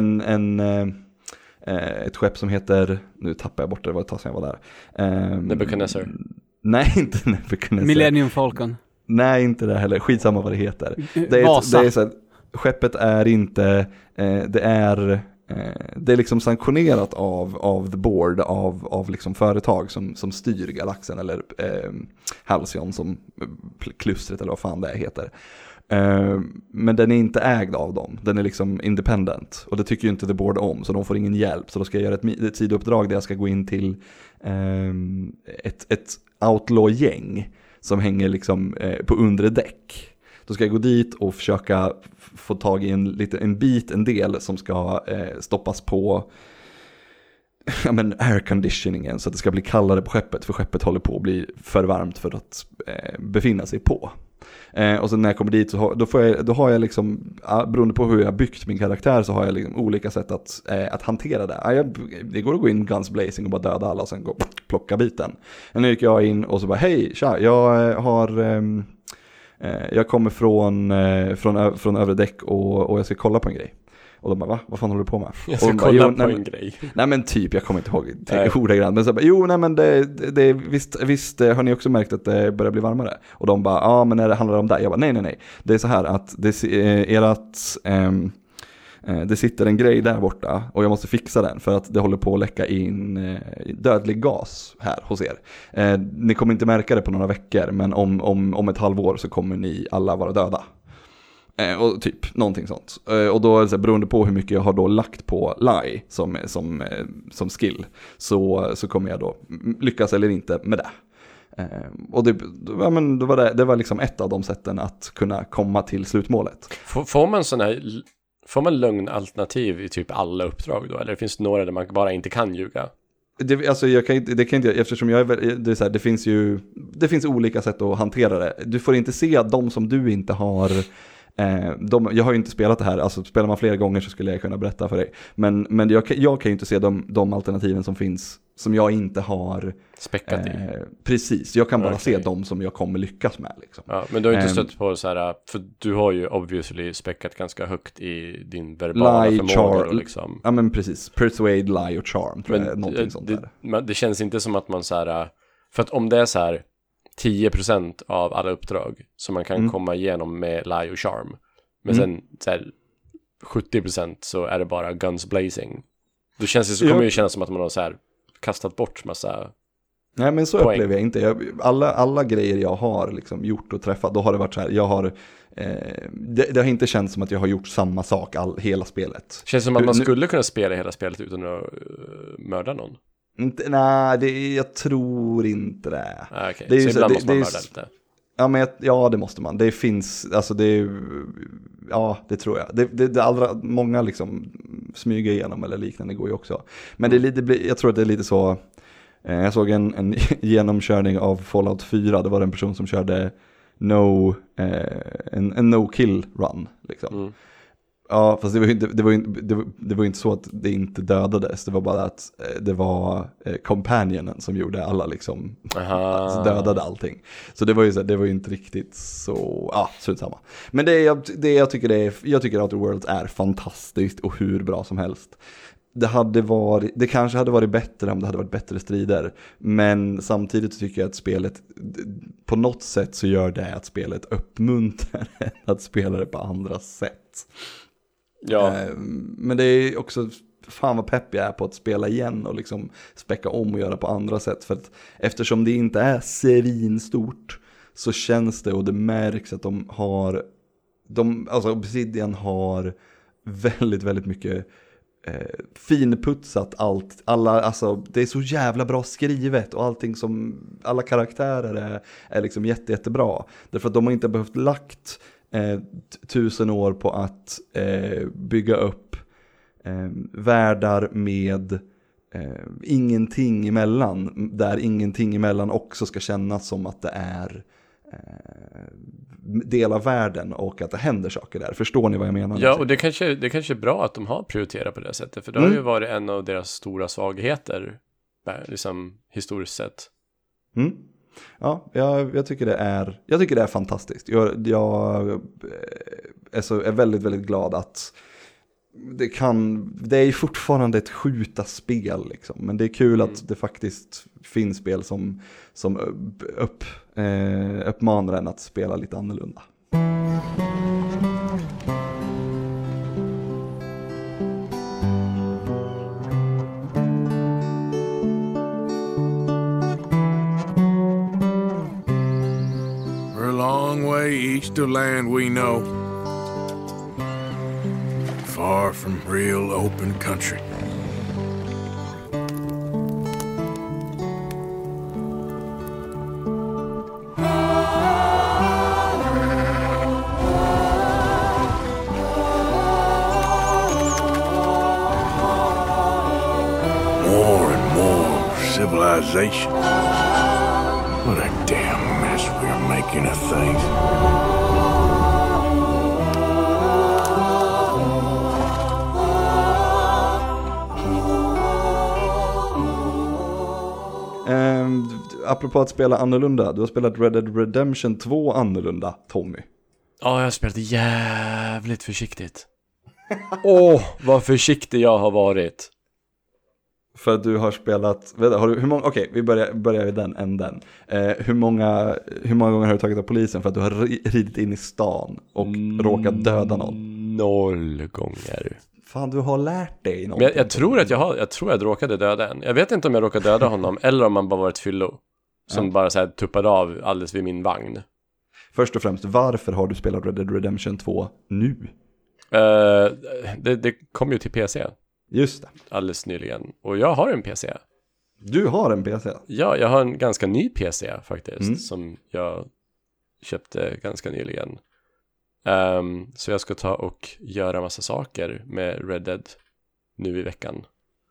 ett skepp som heter, nu tappar jag bort det var ett tag sedan jag var där. Nebuchadnezzar. Nej, inte Nebuchadnezzar. Millennium Falcon. Nej, inte det heller. Skitsamma vad det heter. Det är så att skeppet är inte, det är liksom sanktionerat av the board, av liksom företag som styr galaxen, eller Halcyon som klustret eller vad fan det heter. Men den är inte ägd av dem. Den är liksom independent. Och det tycker ju inte the board om. Så de får ingen hjälp. Så då ska jag göra ett sidouppdrag där jag ska gå in till ett outlaw-gäng som hänger liksom på undre däck. Då ska jag gå dit och försöka få tag i en del som ska stoppas på airconditioningen så att det ska bli kallare på skeppet, för skeppet håller på att bli för varmt för att befinna sig på. Och sen när jag kommer dit så då har jag liksom, beroende på hur jag har byggt min karaktär, så har jag liksom olika sätt att hantera det. Det går att gå in guns blazing och bara döda alla och sen gå plocka biten. Nu gick jag in och så bara, hej, tja, jag kommer från övre däck och jag ska kolla på en grej. Och de bara, va? Vad fan håller du på med? Jag ska kolla på en grej. Nej men typ, jag kommer inte ihåg ordagrant. Men så bara, visst har ni också märkt att det börjar bli varmare? Och de bara, men när det handlar om det. Jag bara, nej. Det är så här att det sitter en grej där borta och jag måste fixa den för att det håller på att läcka in dödlig gas här hos er. Ni kommer inte märka det på några veckor, men om ett halvår så kommer ni alla vara döda. Och typ någonting sånt. Och då är det så här, beroende på hur mycket jag har då lagt på lie som skill, så kommer jag då lyckas eller inte med det. Och det var liksom ett av de sätten att kunna komma till slutmålet. Får man lögnalternativ i typ alla uppdrag då? Eller finns det några där man bara inte kan ljuga? Eftersom det finns olika sätt att hantera det. Du får inte se de som du inte har. Jag har ju inte spelat det här. Alltså spelar man flera gånger så skulle jag kunna berätta för dig. Men jag kan ju inte se de alternativen som finns som jag inte har späckat i. Precis, jag kan bara se de som jag kommer lyckas med liksom. Ja, men du har inte stött på så här, för du har ju obviously späckat ganska högt i din verbala förmåga och liksom. Ja men precis, persuade, lie och charm tror jag, någonting sånt där. Det känns inte som att man så här, för att om det är så här 10% av alla uppdrag som man kan komma igenom med lie och charm, men sen så här 70% så är det bara guns blazing. Då kommer det ju kännas som att man har så här kastat bort massa. Nej men så poäng. Upplever jag inte. Alla grejer jag har liksom gjort och träffat, då har det varit så här, det har inte känts som att jag har gjort samma sak hela spelet. Känns som att man skulle kunna spela hela spelet utan att mörda någon. Nej, jag tror inte det. Okay. Det är så ibland måste man mörda lite. Ja, det måste man. Det finns, alltså det tror jag. Det allra många liksom smyger igenom eller liknande går ju också. Men jag tror att det är lite så. Jag såg en genomkörning av Fallout 4. Det var en person som körde en no-kill run liksom. Ja, fast det var inte så att det inte dödades. Det var bara att det var companionen som gjorde alla liksom dödade allting. Så det var ju inte riktigt så strunt samma. Men jag tycker Outer Worlds är fantastiskt och hur bra som helst. Det kanske hade varit bättre om det hade varit bättre strider, men samtidigt tycker jag att spelet på något sätt så gör det att spelet uppmuntrar att spela det på andra sätt. Ja. Men det är också fan vad pepp jag är på att spela igen och liksom späcka om och göra på andra sätt, för att eftersom det inte är svinstort så känns det, och det märks att alltså Obsidian har väldigt, väldigt mycket finputsat alltså det är så jävla bra skrivet och allting som, alla karaktärer är liksom jättebra. Därför att de har inte behövt lagt 1000 år på att bygga upp världar med ingenting emellan, där ingenting emellan också ska kännas som att det är del av världen och att det händer saker där. Förstår ni vad jag menar? Ja, och det kanske är bra att de har prioriterat på det sättet, för det har ju varit en av deras stora svagheter liksom historiskt sett. Ja, jag tycker det är fantastiskt. Jag är väldigt, väldigt glad att det är fortfarande ett skjuta-spel liksom, men det är kul att det faktiskt finns spel som uppmanar en att spela lite annorlunda. We're a long way east of land we know, far from real open country. More and more civilization. What a damn mess we're making of things. Apropå att spela annorlunda, du har spelat Red Dead Redemption 2 annorlunda, Tommy. Ja, jag har spelat jävligt försiktigt. Vad försiktig jag har varit. För att du har spelat, hur många, okej, vi börjar i den änden. Hur många gånger har du tagit av polisen för att du har ridit in i stan och råkat döda någon? 0 gånger. Fan, du har lärt dig någonting. Men jag tror att jag råkade döda en. Jag vet inte om jag råkade döda honom eller om man bara var ett fyllo som bara så här tuppade av alldeles vid min vagn. Först och främst, varför har du spelat Red Dead Redemption 2 nu? Det kom ju till PC. Just det. Alldeles nyligen. Och jag har en PC. Du har en PC? Ja, jag har en ganska ny PC faktiskt. Som jag köpte ganska nyligen. Så jag ska ta och göra massa saker med Red Dead nu i veckan.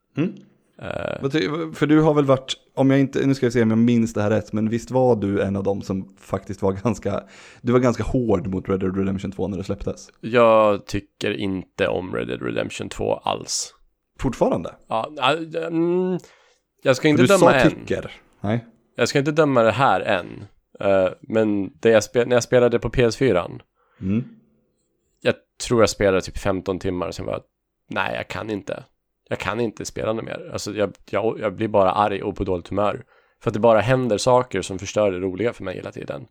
För du har väl varit, nu ska jag se om jag minns det här rätt, men visst var du en av dem som faktiskt var ganska hård mot Red Dead Redemption 2 när det släpptes? Jag tycker inte om Red Dead Redemption 2 alls. Fortfarande? Ja, jag ska inte döma än. Nej. Jag ska inte döma det här än. Men när jag spelade på PS4, jag tror jag spelade typ 15 timmar, sen var nej, jag kan inte spela något mer. Alltså jag blir bara arg och på dåligt humör. För att det bara händer saker som förstör det roliga för mig hela tiden.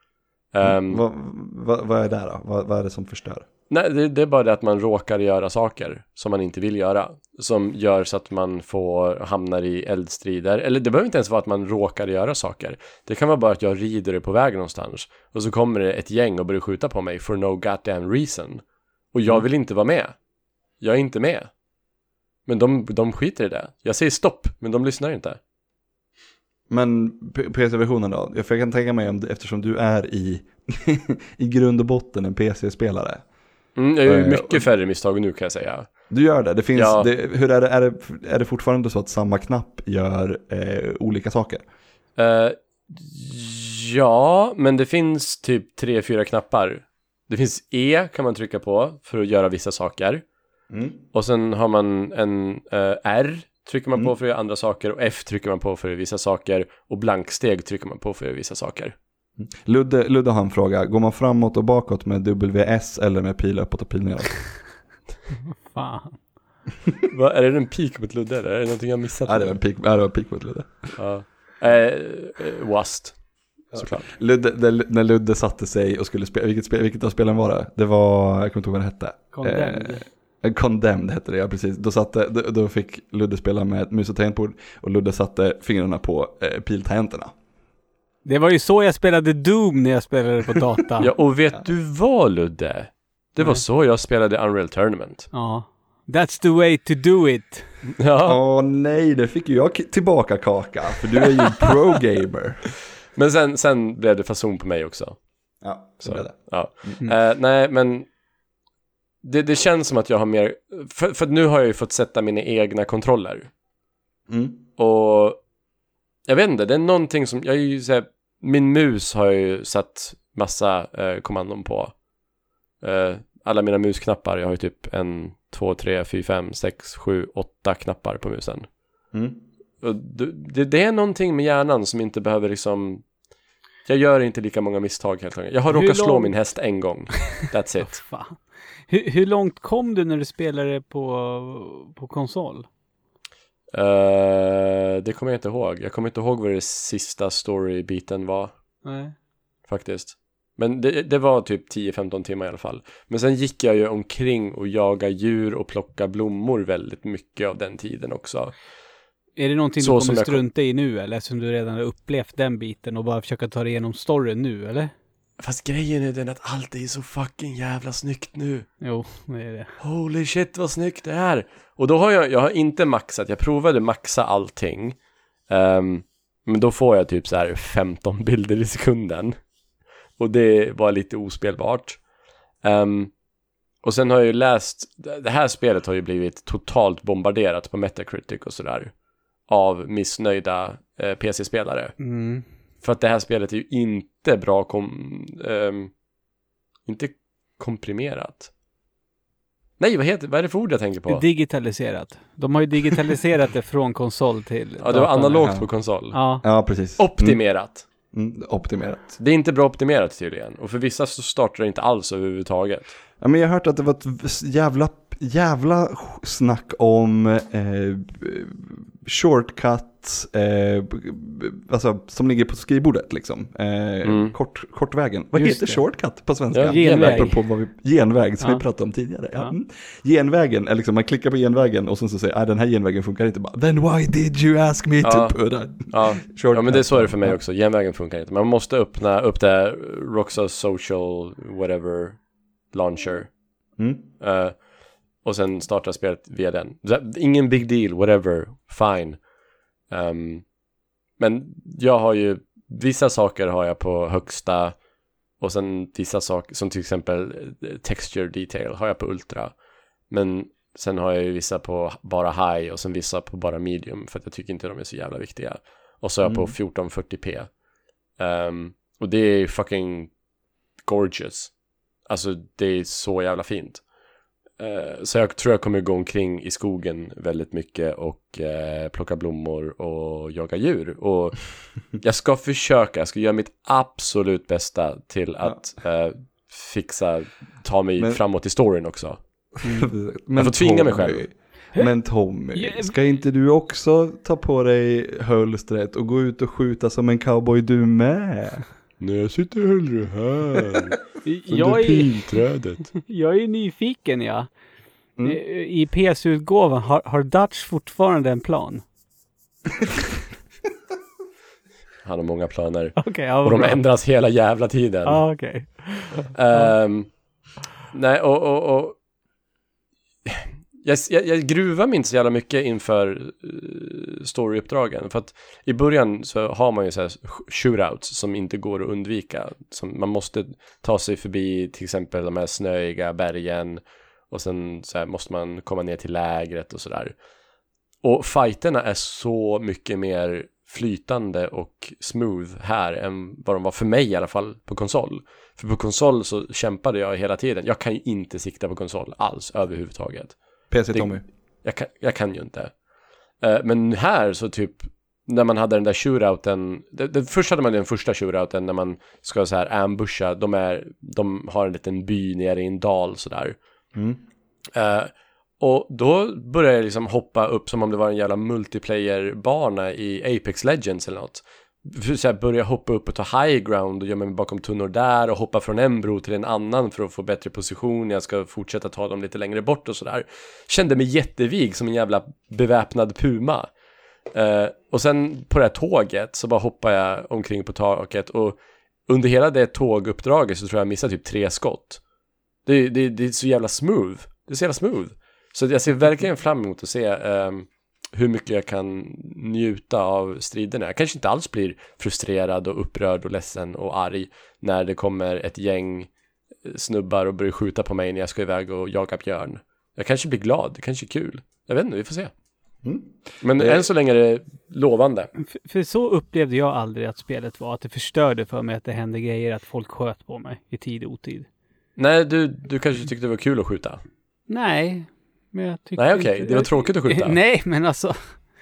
Vad är det då? Vad är det som förstör? Nej, det är bara det att man råkar göra saker som man inte vill göra. Som gör så att man hamnar i eldstrider. Eller det behöver inte ens vara att man råkar göra saker. Det kan vara bara att jag rider på väg någonstans. Och så kommer det ett gäng och börjar skjuta på mig for no goddamn reason. Och jag vill inte vara med. Jag är inte med. Men de skiter i det. Jag säger stopp, men de lyssnar inte. Men PC-versionen då? Jag kan tänka mig, eftersom du är i grund och botten en PC-spelare. Jag gör mycket färre misstag nu, kan jag säga. Du gör det? Det finns, ja. Hur är det fortfarande så att samma knapp gör olika saker? Ja, men det finns typ 3-4 knappar. Det finns E kan man trycka på för att göra vissa saker. Och sen har man en R trycker man på för att göra andra saker, och F trycker man på för att göra vissa saker, och blanksteg trycker man på för att göra vissa saker. Ludde har en fråga. Går man framåt och bakåt med WS eller med pil uppåt och pil neråt? Fan. Är det en pik mot Ludde eller är det någonting jag missat? Ja, det var en pik mot Ludde. Ja. Wast. Såklart. När Ludde satte sig och skulle spela, vilket av spelen var det? Det var, jag kommer inte ihåg vad det hette. Condemned hette det, ja precis. Då fick Ludde spela med mus och tangentbord, och Ludde satte fingrarna på piltangenterna. Det var ju så jag spelade Doom när jag spelade på data. Ja, och vet du vad, Ludde? Det var så jag spelade Unreal Tournament. Ja. That's the way to do it. Ja. Nej, det fick ju jag tillbaka kaka. För du är ju pro-gamer. Men sen blev det fason på mig också. Ja, så blev det. Ja. Nej, men det känns som att jag har mer... För nu har jag ju fått sätta mina egna kontroller. Och jag vet inte, det är någonting som... Jag är ju så här, min mus har jag ju satt massa kommandon på. Alla mina musknappar, jag har ju typ 1, 2, 3, 4, 5, 6, 7, 8 knappar på musen. Och det är någonting med hjärnan som inte behöver liksom... Jag gör inte lika många misstag helt enkelt. Jag har råkat slå min häst en gång. That's it. Fan. Hur långt kom du när du spelade på konsol? Det kommer jag inte ihåg. Jag kommer inte ihåg vad det sista storybiten var. Nej. Faktiskt. Men det var typ 10-15 timmar i alla fall. Men sen gick jag ju omkring och jaga djur och plocka blommor väldigt mycket av den tiden också. Är det någonting du kommer strunta i nu, eller som du redan har upplevt den biten och bara försöka ta dig igenom storyn nu, eller? Fast grejen är den att allt är så fucking jävla snyggt nu. Jo, det är det. Holy shit, vad snyggt det är. Och då har jag har inte maxat. Jag provade maxa allting. Men då får jag typ så här 15 bilder i sekunden. Och det var lite ospelbart. Och sen har jag ju läst... Det här spelet har ju blivit totalt bombarderat på Metacritic och sådär. Av missnöjda PC-spelare. För att det här spelet är ju inte bra inte komprimerat. Nej, vad är det för ord jag tänker på? Digitaliserat. De har ju digitaliserat det från konsol till... Ja, det var analogt på konsol. Ja, precis. Optimerat. Optimerat. Det är inte bra optimerat tydligen. Och för vissa så startar det inte alls överhuvudtaget. Ja, men jag har hört att det var ett jävla snack om shortcuts alltså, som ligger på skrivbordet liksom. Kortvägen. Vad heter shortcut på svenska? Genväg. Genväg som vi pratade om tidigare. Genvägen är liksom, man klickar på genvägen och sen så säger den här genvägen funkar inte. Bara, then why did you ask me to put it? Ja, men det är så är det för mig också. Genvägen funkar inte. Man måste öppna upp det Roxa Social whatever launcher. Och sen startar spelet via den. Ingen big deal, whatever, fine. Men jag har ju vissa saker har jag på högsta och sen vissa saker som till exempel texture detail har jag på ultra. Men sen har jag ju vissa på bara high och sen vissa på bara medium för att jag tycker inte de är så jävla viktiga. Och så är jag på 1440p. Och det är fucking gorgeous. Alltså det är så jävla fint. Så jag tror jag kommer gå omkring i skogen väldigt mycket och plocka blommor och jaga djur. Och jag ska göra mitt absolut bästa till att ta mig framåt i storyn också. Jag får tvinga mig själv. Men Tommy, ska inte du också ta på dig hölstret och gå ut och skjuta som en cowboy du med? Nej, jag sitter hellre här. Jag är nyfiken, ja. I PS-utgåvan har Dutch fortfarande en plan? Han har många planer. Okay, och de ändras hela jävla tiden. Okay. Nej, och jag gruvar mig inte så jävla mycket inför storyuppdragen. För att i början så har man ju så här shootouts som inte går att undvika. Som man måste ta sig förbi till exempel de här snöiga bergen. Och sen så här måste man komma ner till lägret och sådär. Och fighterna är så mycket mer flytande och smooth här än vad de var för mig i alla fall på konsol. För på konsol så kämpade jag hela tiden. Jag kan ju inte sikta på konsol alls överhuvudtaget. PC Tommy. Jag kan ju inte. Men här så typ när man hade den där shootouten, först hade man den första shootouten när man ska så här ambusha, de har en liten by nere i en dal sådär. Och då började jag liksom hoppa upp som om det var en jävla multiplayer-bana i Apex Legends eller något. Så jag började hoppa upp och ta high ground och gömma mig bakom tunnor där och hoppa från en bro till en annan för att få bättre position. Jag ska fortsätta ta dem lite längre bort och sådär. Kände mig jättevig som en jävla beväpnad puma. Och sen på det här tåget så bara hoppar jag omkring på taket. Och under hela det tåguppdraget så tror jag missar typ 3 skott. Det är så jävla smooth. Det är så jävla smooth. Så jag ser verkligen fram emot att se hur mycket jag kan njuta av striderna. Jag kanske inte alls blir frustrerad och upprörd och ledsen och arg när det kommer ett gäng snubbar och börjar skjuta på mig när jag ska iväg och jaga björn. Jag kanske blir glad, det kanske är kul. Jag vet inte, vi får se. Men än så länge är det lovande. För så upplevde jag aldrig att spelet var. Att det förstörde för mig att det hände grejer, att folk sköt på mig i tid och otid. Nej, du kanske tyckte det var kul att skjuta? Nej, men jag tyckte nej, okej. Det var tråkigt att skjuta. Nej, men alltså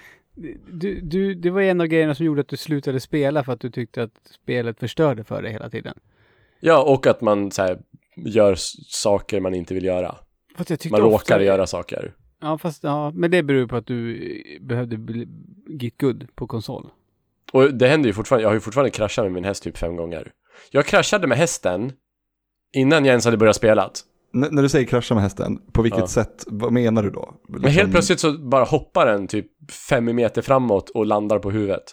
det var en av grejerna som gjorde att du slutade spela för att du tyckte att spelet förstörde för dig hela tiden. Ja, och att man så här, gör saker man inte vill göra. Man råkar göra saker. Ja, men det beror på att du behövde get good på konsol. Och det händer ju fortfarande. Jag har ju fortfarande kraschat med min häst typ 5 gånger. Jag kraschade med hästen innan jag ens hade börjat spela. När du säger krascha med hästen, på vilket sätt, vad menar du då? Men helt plötsligt så bara hoppar den typ 5 meter framåt och landar på huvudet.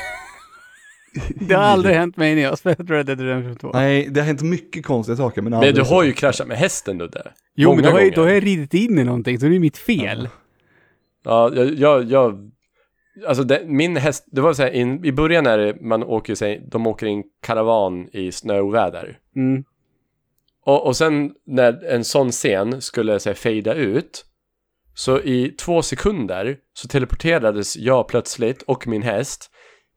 Det har aldrig hänt mig när jag spelat Red Dead Redemption 2. Nej, det har hänt mycket konstiga saker. Men du har ju kraschat med hästen, Ludde. Jo, men då har jag ridit in i någonting, så det är mitt fel. Ja, jag alltså min häst, det var så här, i början när man de åker i en karavan i snöoväder. Mm. Och sen när en sån scen skulle så här, fejda ut, så i 2 sekunder så teleporterades jag plötsligt och min häst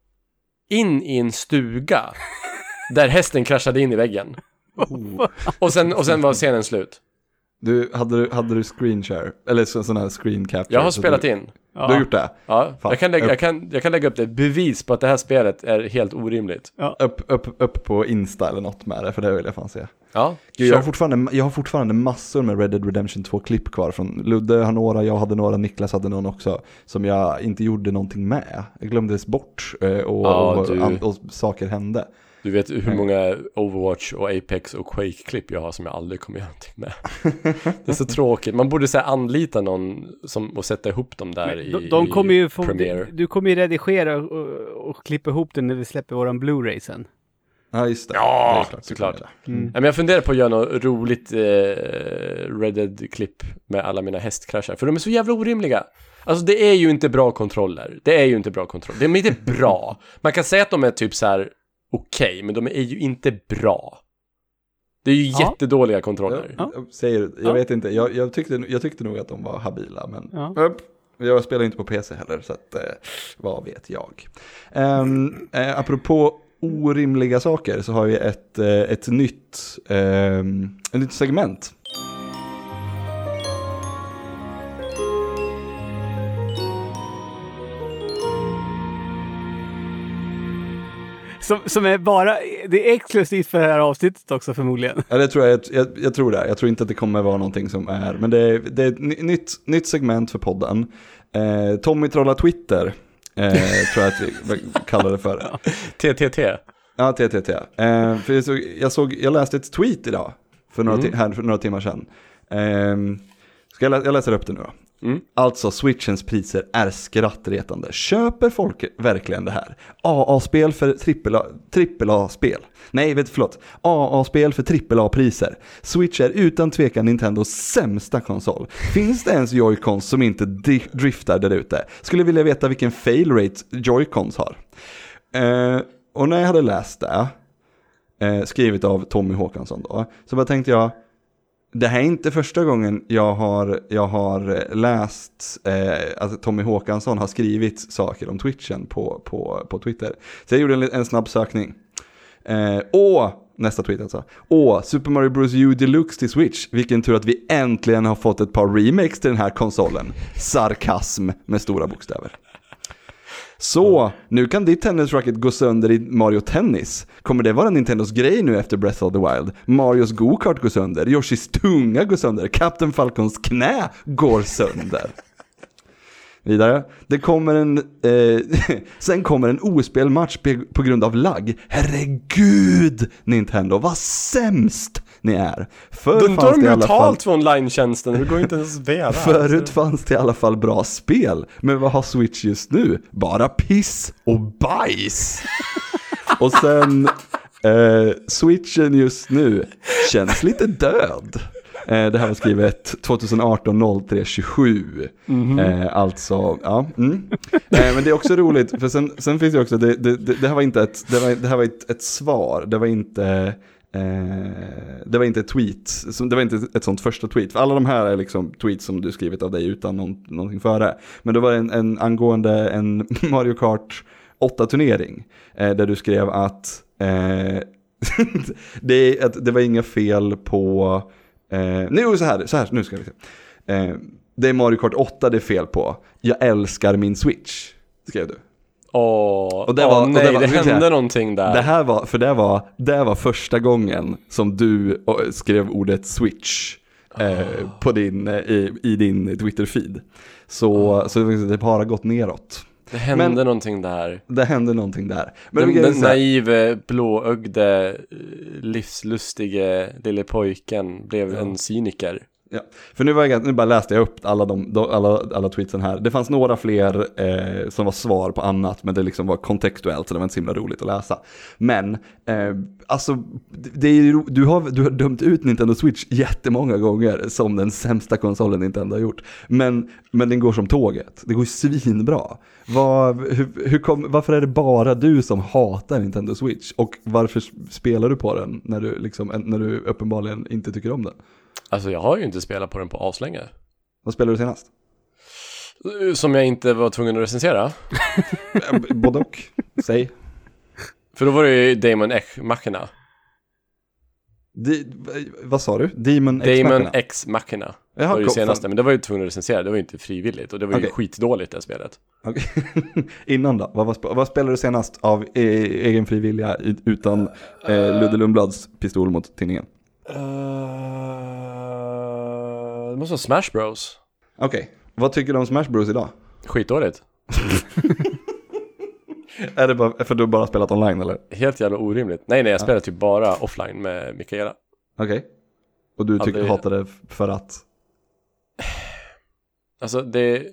in i en stuga där hästen kraschade in i väggen. Och sen var scenen slut. Hade du screen share? Eller sån här screen capture? Jag har spelat in. Du har gjort det? Ja, jag kan lägga upp det. Bevis på att det här spelet är helt orimligt. Ja. Upp på Insta eller något med det, för det vill jag fan se. Ja, Gud, jag har fortfarande massor med Red Dead Redemption 2-klipp kvar. Från Ludde har några, jag hade några, Niklas hade någon också. Som jag inte gjorde någonting med. Jag glömdes bort och saker hände. Du vet hur många Overwatch och Apex och Quake-klipp jag har som jag aldrig kommer göra någonting med. Det är så tråkigt. Man borde säga anlita någon och sätta ihop dem där de kommer ju Premiere. Du kommer ju redigera och klippa ihop den när vi släpper våran Blu-ray sen. Ja, just det. Ja, såklart. Men jag funderar på att göra något roligt Red Dead-klipp med alla mina hästkrashar. För de är så jävla orimliga. Alltså det är ju inte bra kontroller. De är inte bra. Man kan säga att de är typ så här okej, men de är ju inte bra. Det är ju jättedåliga kontroller. Jag vet inte. Jag tyckte nog att de var habila, men jag spelar inte på PC heller, så att vad vet jag. Apropå orimliga saker så har vi ett nytt segment. Som är bara, det är exklusivt för det här avsnittet också förmodligen. Ja, det tror jag tror det. Jag tror inte att det kommer vara någonting som är, men det är ett nytt segment för podden. Tommy trollar Twitter, tror jag att vi kallar det för. TTT. Ja, TTT. För jag läste ett tweet idag för några timmar sedan. Jag läser upp det nu då. Alltså, Switchens priser är skrattretande. Köper folk verkligen det här? AA-spel för AAA-spel. AA-spel för AAA-priser. Switch är utan tvekan Nintendos sämsta konsol. Finns det ens Joy-Cons som inte driftar där ute? Skulle vilja veta vilken fail rate Joy-Cons har. Och när jag hade läst det, skrivet av Tommy Håkansson då, så bara tänkte jag, det här är inte första gången jag har läst att Tommy Håkansson har skrivit saker om Twitchen på Twitter. Så jag gjorde en snabb sökning. Nästa tweet alltså. Super Mario Bros. U Deluxe till Switch. Vilken tur att vi äntligen har fått ett par remakes till den här konsolen. Sarkasm med stora bokstäver. Så, nu kan ditt Tennis Racket gå sönder i Mario Tennis. Kommer det vara Nintendos grej nu efter Breath of the Wild? Marios go-kart går sönder, Yoshis tunga går sönder, Captain Falcons knä går sönder. Vidare. Det kommer sen kommer en OSPL-match på grund av lagg. Herregud, Nintendo, vad sämst ni är. Då har de betalt för online-tjänsten. Det går inte ens veva. Förut fanns det i alla fall bra spel. Men vad har Switch just nu? Bara piss och bajs. Och sen Switchen just nu känns lite död. Det här var skrivet 2018-03-27. Alltså, ja. Men det är också roligt, för sen finns det också, det här var inte det här var ett svar. Det var inte ett tweet. Det var inte ett sånt första tweet. För alla de här är liksom tweets som du skrivit av dig utan någonting före. Men det var en angående en Mario Kart 8-turnering. Där du skrev att det var inga fel på... nu så här, nu ska vi se. Det är Mario Kart 8 det är fel på. Jag älskar min Switch, skrev du. Det hände någonting där. Det var första gången som du skrev ordet Switch på i din Twitter-feed. Så det har bara gått neråt. Det hände någonting där. Det hände någonting där. Men den naive, blåögde, livslustige lille pojken blev en cyniker. Ja, för nu bara läste jag upp alla tweetsen här. Det fanns några fler som var svar på annat, men det liksom var kontextuellt, så det var inte så himla roligt att läsa. Men alltså du har dömt ut Nintendo Switch jättemånga gånger som den sämsta konsolen Nintendo har gjort. Men den går som tåget. Det går svinbra. Varför är det bara du som hatar Nintendo Switch? Och varför spelar du på den när du uppenbarligen inte tycker om den? Alltså jag har ju inte spelat på den på aslänge. Vad spelade du senast? Som jag inte var tvungen att recensera. Både och, säg. För då var det ju Daemon X Machina. Vad sa du? Daemon X Machina. Var det senaste, men det var ju tvungen att recensera. Det var ju inte frivilligt och det var ju skitdåligt det spelet. Okay. Innan då? Vad spelade du senast av egen frivilliga utan Ludde Lundblads pistol mot tinningen? Det måste vara Smash Bros. Okej. Vad tycker du om Smash Bros idag? Skitdåligt. Är det bara för du bara spelat online eller? Helt jävla orimligt. Nej, jag spelar typ bara offline med Mikaela. Okej. Och du tycker hatar det för att? Alltså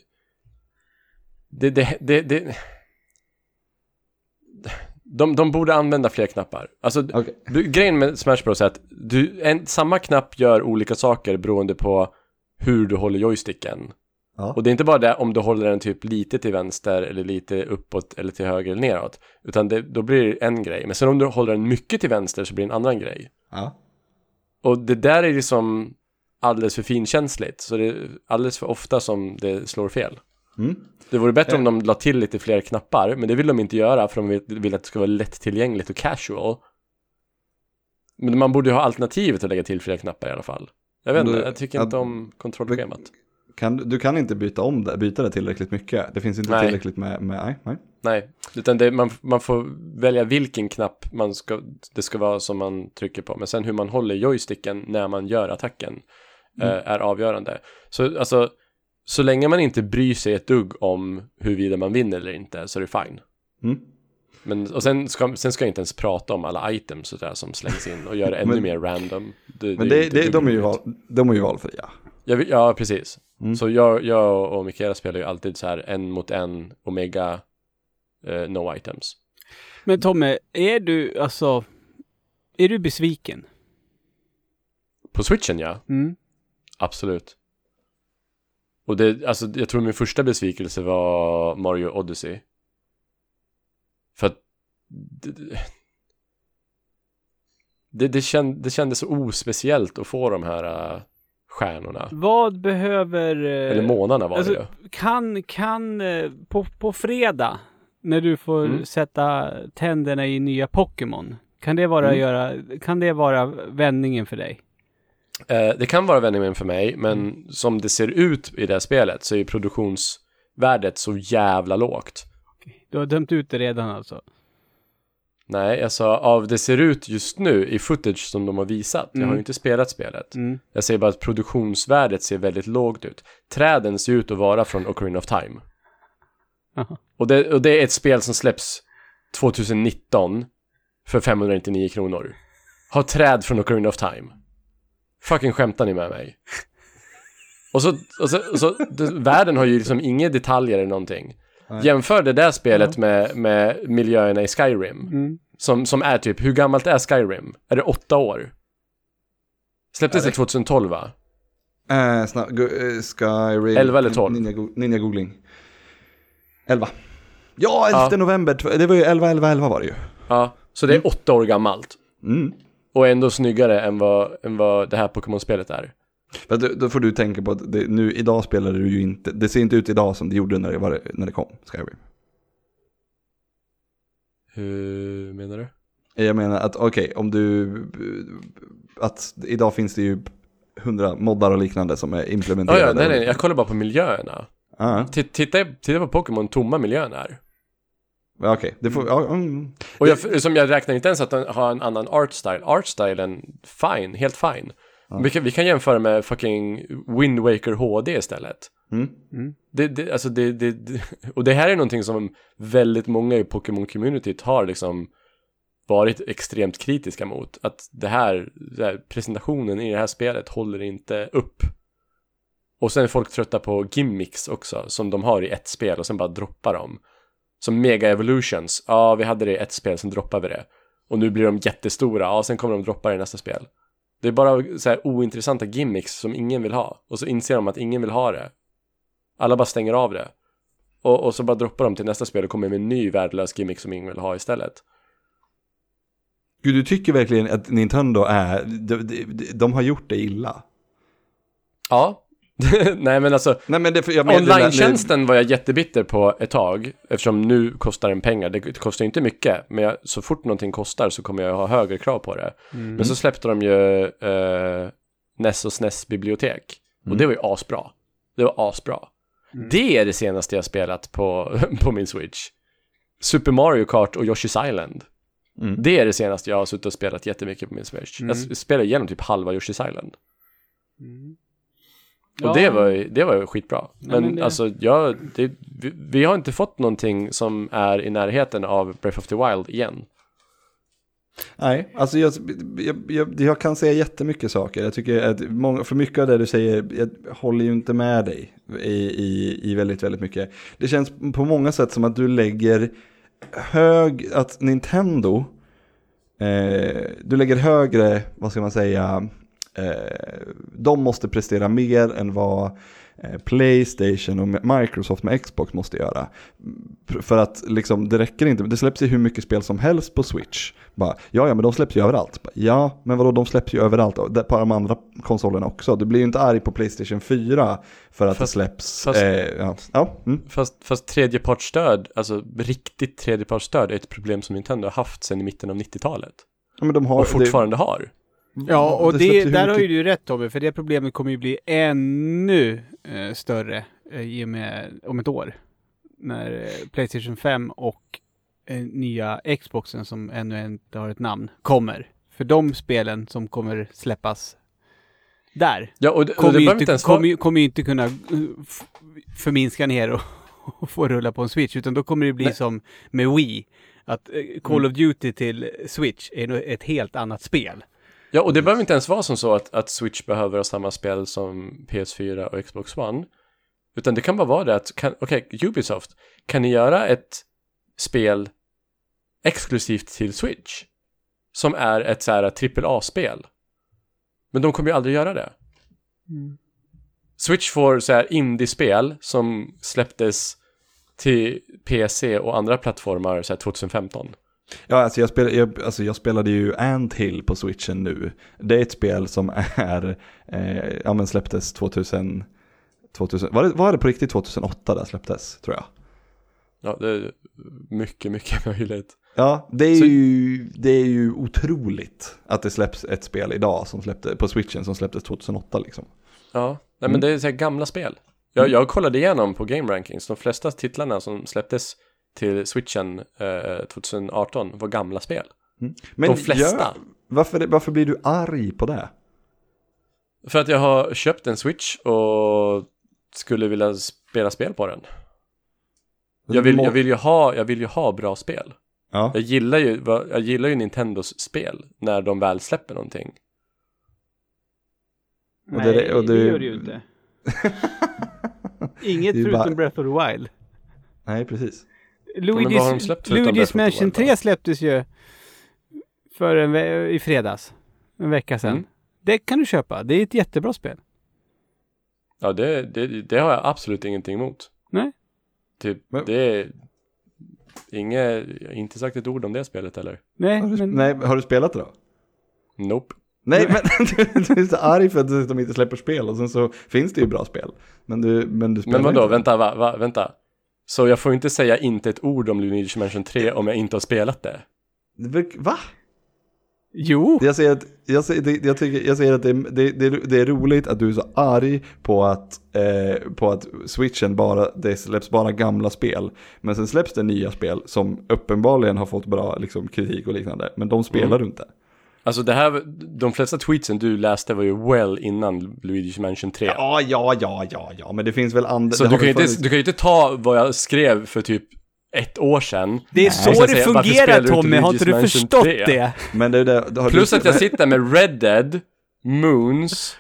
De borde använda fler knappar. Alltså, grejen med Smash Bros är att samma knapp gör olika saker beroende på hur du håller joysticken. Ja. Och det är inte bara det om du håller den typ lite till vänster eller lite uppåt eller till höger eller neråt. Utan då blir det en grej. Men sen om du håller den mycket till vänster så blir det en annan grej. Ja. Och det där är liksom alldeles för finkänsligt. Så det är alldeles för ofta som det slår fel. Det vore bättre om de la till lite fler knappar, men det vill de inte göra för de vill att det ska vara lättillgängligt och casual. Men man borde ju ha alternativet att lägga till fler knappar i alla fall. Jag vet inte, jag tycker inte om kontrollschemat. Du kan inte byta det tillräckligt mycket. Det finns inte tillräckligt med Nej, utan man får välja vilken knapp det ska vara som man trycker på. Men sen hur man håller joysticken när man gör attacken är avgörande. Så alltså så länge man inte bryr sig ett dugg om huruvida man vinner eller inte så är det fine. Men, och sen ska jag inte ens prata om alla items och där som slängs in och gör det ännu mer random. De är ju valfria. Ja, precis. Så jag och Mikaela spelar ju alltid så här 1-mot-1 Omega no items. Men Tommy, är du besviken? På Switchen, ja. Absolut. Och jag tror min första besvikelse var Mario Odyssey. För att det kändes så ospeciellt att få de här stjärnorna. Vad behöver... Eller månaderna var det. Kan på fredag, när du får sätta tänderna i nya Pokémon, kan det vara vändningen för dig? Det kan vara vändningen för mig, men som det ser ut i det här spelet så är produktionsvärdet så jävla lågt. Du har dömt ut det redan alltså? Nej, alltså av det ser ut just nu i footage som de har visat. Jag har ju inte spelat spelet. Jag säger bara att produktionsvärdet ser väldigt lågt ut. Träden ser ut att vara från Ocarina of Time. Och det är ett spel som släpps 2019 för 599 kronor. Har träd från Ocarina of Time. Fucking skämtar ni med mig? Och så världen har ju liksom inga detaljer eller någonting. Nej. Jämför det där spelet med miljöerna i Skyrim. Som är typ, hur gammalt är Skyrim? Är det 8 år? Släpptes det 2012, va? Skyrim 11 eller 12? Ninja googling 11. Ja, 11 november. Det var ju 11 var det ju. Ja, så det är 8 år gammalt. Och ändå snyggare än vad det här Pokémon-spelet är. Då får du tänka på att idag spelar du ju inte. Det ser inte ut idag som det gjorde när det kom, Skyrim. Hur menar du? Jag menar att att idag finns det ju 100 moddar och liknande som är implementerade. Nej, jag kollar bara på miljöerna. Titta på Pokémon tomma miljöerna här. Okej, det får... Och jag räknar inte ens att den har en annan artstyle. Artstylen, fine, helt fine. Vi kan jämföra med fucking Wind Waker HD istället. Och det här är någonting som väldigt många i Pokémon-communityt har liksom varit extremt kritiska mot. Att det här presentationen i det här spelet håller inte upp. Och sen är folk trötta på gimmicks också, som de har i ett spel och sen bara droppar dem. Som Mega Evolutions. Ja, vi hade det i ett spel, sen droppade vi det. Och nu blir de jättestora. Ja, sen kommer de droppa det i nästa spel. Det är bara så här ointressanta gimmicks som ingen vill ha. Och så inser de att ingen vill ha det. Alla bara stänger av det. Och så bara droppar de till nästa spel och kommer med en ny värdelös gimmick som ingen vill ha istället. Gud, du tycker verkligen att Nintendo de har gjort det illa? Ja. Nej, men alltså online-tjänsten var jag jättebitter på ett tag, eftersom nu kostar den pengar. Det kostar inte mycket, men så fort någonting kostar så kommer jag ha högre krav på det. Men så släppte de ju NES och SNES-bibliotek. Och det var ju asbra. Det var asbra. Det är det senaste jag spelat på min Switch. Super Mario Kart och Yoshi's Island. Det är det senaste jag har suttit och spelat jättemycket på min Switch. Jag spelar igenom typ halva Yoshi's Island. Och det var ju skitbra. Men alltså, vi har inte fått någonting som är i närheten av Breath of the Wild igen. Nej, alltså jag kan säga jättemycket saker. Jag tycker att för mycket av det du säger, jag håller ju inte med dig i väldigt, väldigt mycket. Det känns på många sätt som att du lägger att Nintendo du lägger högre, vad ska man säga, de måste prestera mer än vad PlayStation och Microsoft med Xbox måste göra. För att liksom, det räcker inte. Det släpps ju hur mycket spel som helst på Switch. Bara, ja, men de släpps ju överallt. Ja, men vadå, de släpps ju överallt. På de andra konsolerna också. Du blir ju inte arg på PlayStation 4 för att det släpps. Fast tredjepartsstöd, alltså riktigt tredjepartsstöd är ett problem som Nintendo har haft sedan i mitten av 90-talet. Ja, men de har, och fortfarande har. Ja, och där har ju du rätt, Tobbe, för det problemet kommer ju bli ännu större om ett år. När PlayStation 5 och nya Xboxen, som ännu inte har ett namn, kommer. För de spelen som kommer släppas där kommer ju inte kunna förminska ner och få rulla på en Switch, utan då kommer det bli som med Wii, att Call of Duty till Switch är ett helt annat spel. Ja, och det behöver inte ens vara som så att Switch behöver ha samma spel som PS4 och Xbox One. Utan det kan bara vara det att, Ubisoft, kan ni göra ett spel exklusivt till Switch? Som är ett så här AAA-spel. Men de kommer ju aldrig göra det. Switch får så här indie-spel som släpptes till PC och andra plattformar så här 2015. Ja, alltså jag spelade ju Anthill på Switchen nu. Det är ett spel som är släpptes 2000 var det på riktigt 2008 där släpptes, tror jag. Ja, det är mycket, mycket möjligt. Ja, det är ju otroligt att det släpps ett spel idag som släppte på Switchen som släpptes 2008 liksom. Ja, nej, men det är så här gamla spel. Jag kollade igenom på Game Rankings. De flesta titlarna som släpptes till Switchen 2018 var gamla spel. Men de flesta. Varför blir du arg på det? För att jag har köpt en Switch och skulle vilja spela spel på den. Jag vill ju ha bra spel. Ja. Jag gillar ju Nintendos spel när de väl släpper någonting. Nej, det gör det ju inte. Inget förutom Breath of the Wild. Nej, precis. Luigi's Mansion 3 släpptes ju i fredags. En vecka sedan. Det kan du köpa. Det är ett jättebra spel. Ja, det har jag absolut ingenting emot. Nej. Typ, det är inte sagt ett ord om det spelet eller? Nej, Nej, har du spelat det då? Nope. Nej, men du är så arg för att de inte släpper spel och sen så finns det ju bra spel. Men du spelar. Men vadå, vänta. Så jag får inte säga inte ett ord om Luigi's Mansion 3 om jag inte har spelat det? Va? Jo. Jag säger att det är roligt att du är så arg på att Switchen det släpps bara gamla spel. Men sen släpps det nya spel som uppenbarligen har fått bra liksom, kritik och liknande. Men de spelar du inte. Alltså de flesta tweetsen du läste var ju innan Luigi's Mansion 3. Ja, men det finns väl andra. Så du kan ju inte ta vad jag skrev för typ 1 år sedan. Det är så det fungerar, Tommy. Har inte du förstått det? Men plus att jag sitter med Red Dead, Moons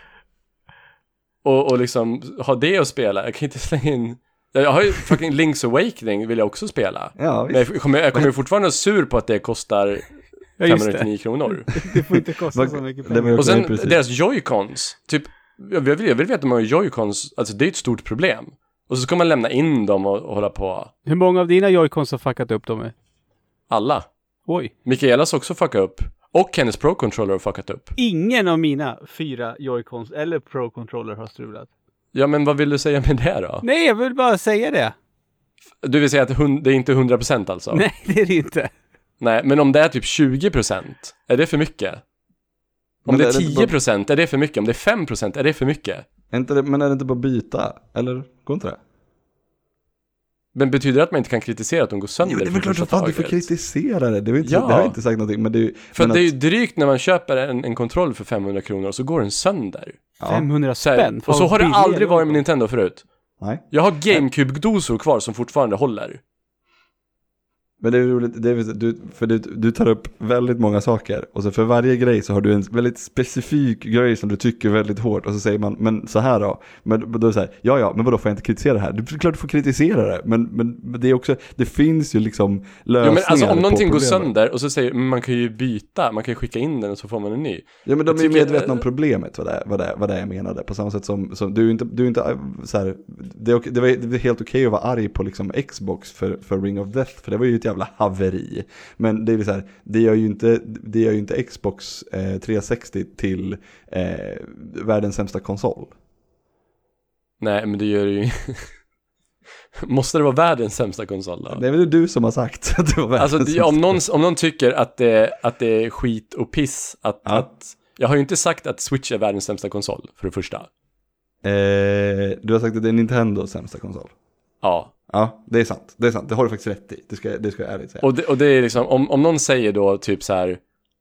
och liksom har det att spela. Jag kan inte slänga in. Jag har ju fucking Link's Awakening vill jag också spela. Ja, men jag kommer ju fortfarande sur på att det kostar 599 kronor. Det får inte kosta så mycket pengar. Och sen deras Joy-Cons. Typ, jag vill veta att de har Joy-Cons. Alltså det är ett stort problem. Och så ska man lämna in dem och hålla på. Hur många av dina Joy-Cons har fuckat upp dem med? Alla. Oj. Mikaelas också fuckat upp. Och hennes Pro-controller har fuckat upp. Ingen av mina 4 Joy-Cons eller Pro-controller har strulat. Ja, men vad vill du säga med det då? Nej, jag vill bara säga det. Du vill säga att det är inte 100% alltså? Nej, det är det inte. Nej, men om det är typ 20%, är det för mycket? Om det är 10%, är det för mycket? Om det är 5%, är det för mycket? Men är det inte bara byta? Eller går inte det? Men betyder det att man inte kan kritisera att de går sönder? Jo, det är väl klart att du får kritisera det. Det har inte sagt någonting. Men det är ju drygt när man köper en kontroll för 500 kronor och så går den sönder. Ja. 500 spänn? Och så har det aldrig varit med Nintendo förut. Nej. Jag har GameCube-dosor kvar som fortfarande håller. Men det är roligt, du tar upp väldigt många saker och så för varje grej så har du en väldigt specifik grej som du tycker väldigt hårt och så säger man, men så här då, men då säger ja, men vadå får jag inte kritisera det här? Det är klart du får kritisera det, men det är också, det finns ju liksom lösningar. Jo, men alltså om någonting går sönder och så säger man kan ju byta, man kan ju skicka in den och så får man en ny. Ja, men de är medvetna om problemet, vad det är jag menade, på samma sätt som du är inte så här, det är helt okej att vara arg på liksom Xbox för Ring of Death, för det var ju ett jävla haveri. Men det är så här, det gör ju inte Xbox 360 till världens sämsta konsol. Nej, men det gör ju. Måste det vara världens sämsta konsol då? Det är väl du som har sagt att det var världens alltså, om någon tycker att det är skit och piss att jag har ju inte sagt att Switch är världens sämsta konsol för det första. Du har sagt att det är Nintendos sämsta konsol. Ja. Ja, det är sant. Det har du faktiskt rätt i. Det ska jag ärligt säga. Och det är liksom, om någon säger då typ så här,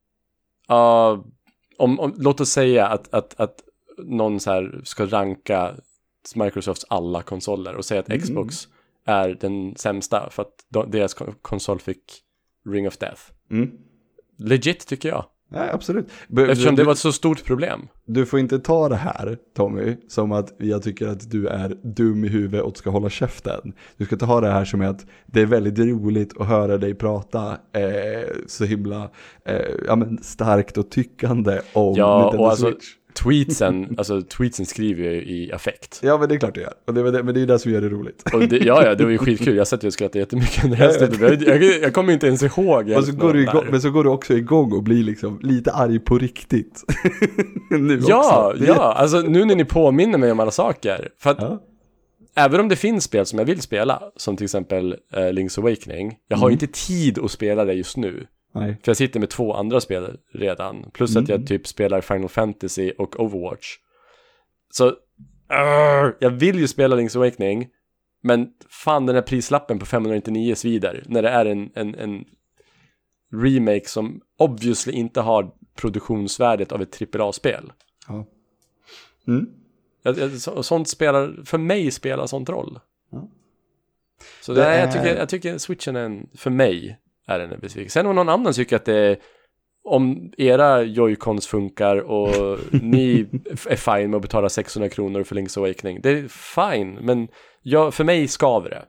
låt oss säga att någon så här ska ranka Microsofts alla konsoler och säga att Xbox är den sämsta för att deras konsol fick Ring of Death. Legit tycker jag. Ja, absolut. Eftersom det var ett så stort problem. Du får inte ta det här, Tommy, som att jag tycker att du är dum i huvudet och ska hålla käften. Du ska ta det här som att det är väldigt roligt att höra dig prata så himla starkt och tyckande om Nintendo Switch. Tweetsen skriver ju i affekt. Ja, men det är klart det gör. Men det är ju det som gör det roligt. Och det var ju skitkul. Jag satt ju och skrattade jättemycket under resten. Jag kommer inte ens ihåg. Men så går du också igång och blir liksom lite arg på riktigt. Nu ja, också. Ja. Alltså nu när ni påminner mig om alla saker. För att även om det finns spel som jag vill spela, som till exempel Link's Awakening, jag har ju inte tid att spela det just nu. Nej. För jag sitter med 2 andra spel redan. Plus att jag typ spelar Final Fantasy och Overwatch. Så jag vill ju spela Link's Awakening. Men fan, den här prislappen på 599 svider. När det är en remake som obviously inte har produktionsvärdet av ett AAA-spel. Ja. Sånt spelar, för mig spelar sånt roll. Ja. Så jag tycker Switchen är för mig är den en besvikelse. Sen om någon annan tycker att det är, om era Joy-Cons funkar och ni är fine med att betala 600 kronor för Link's Awakening, det är fine, men för mig skaver det.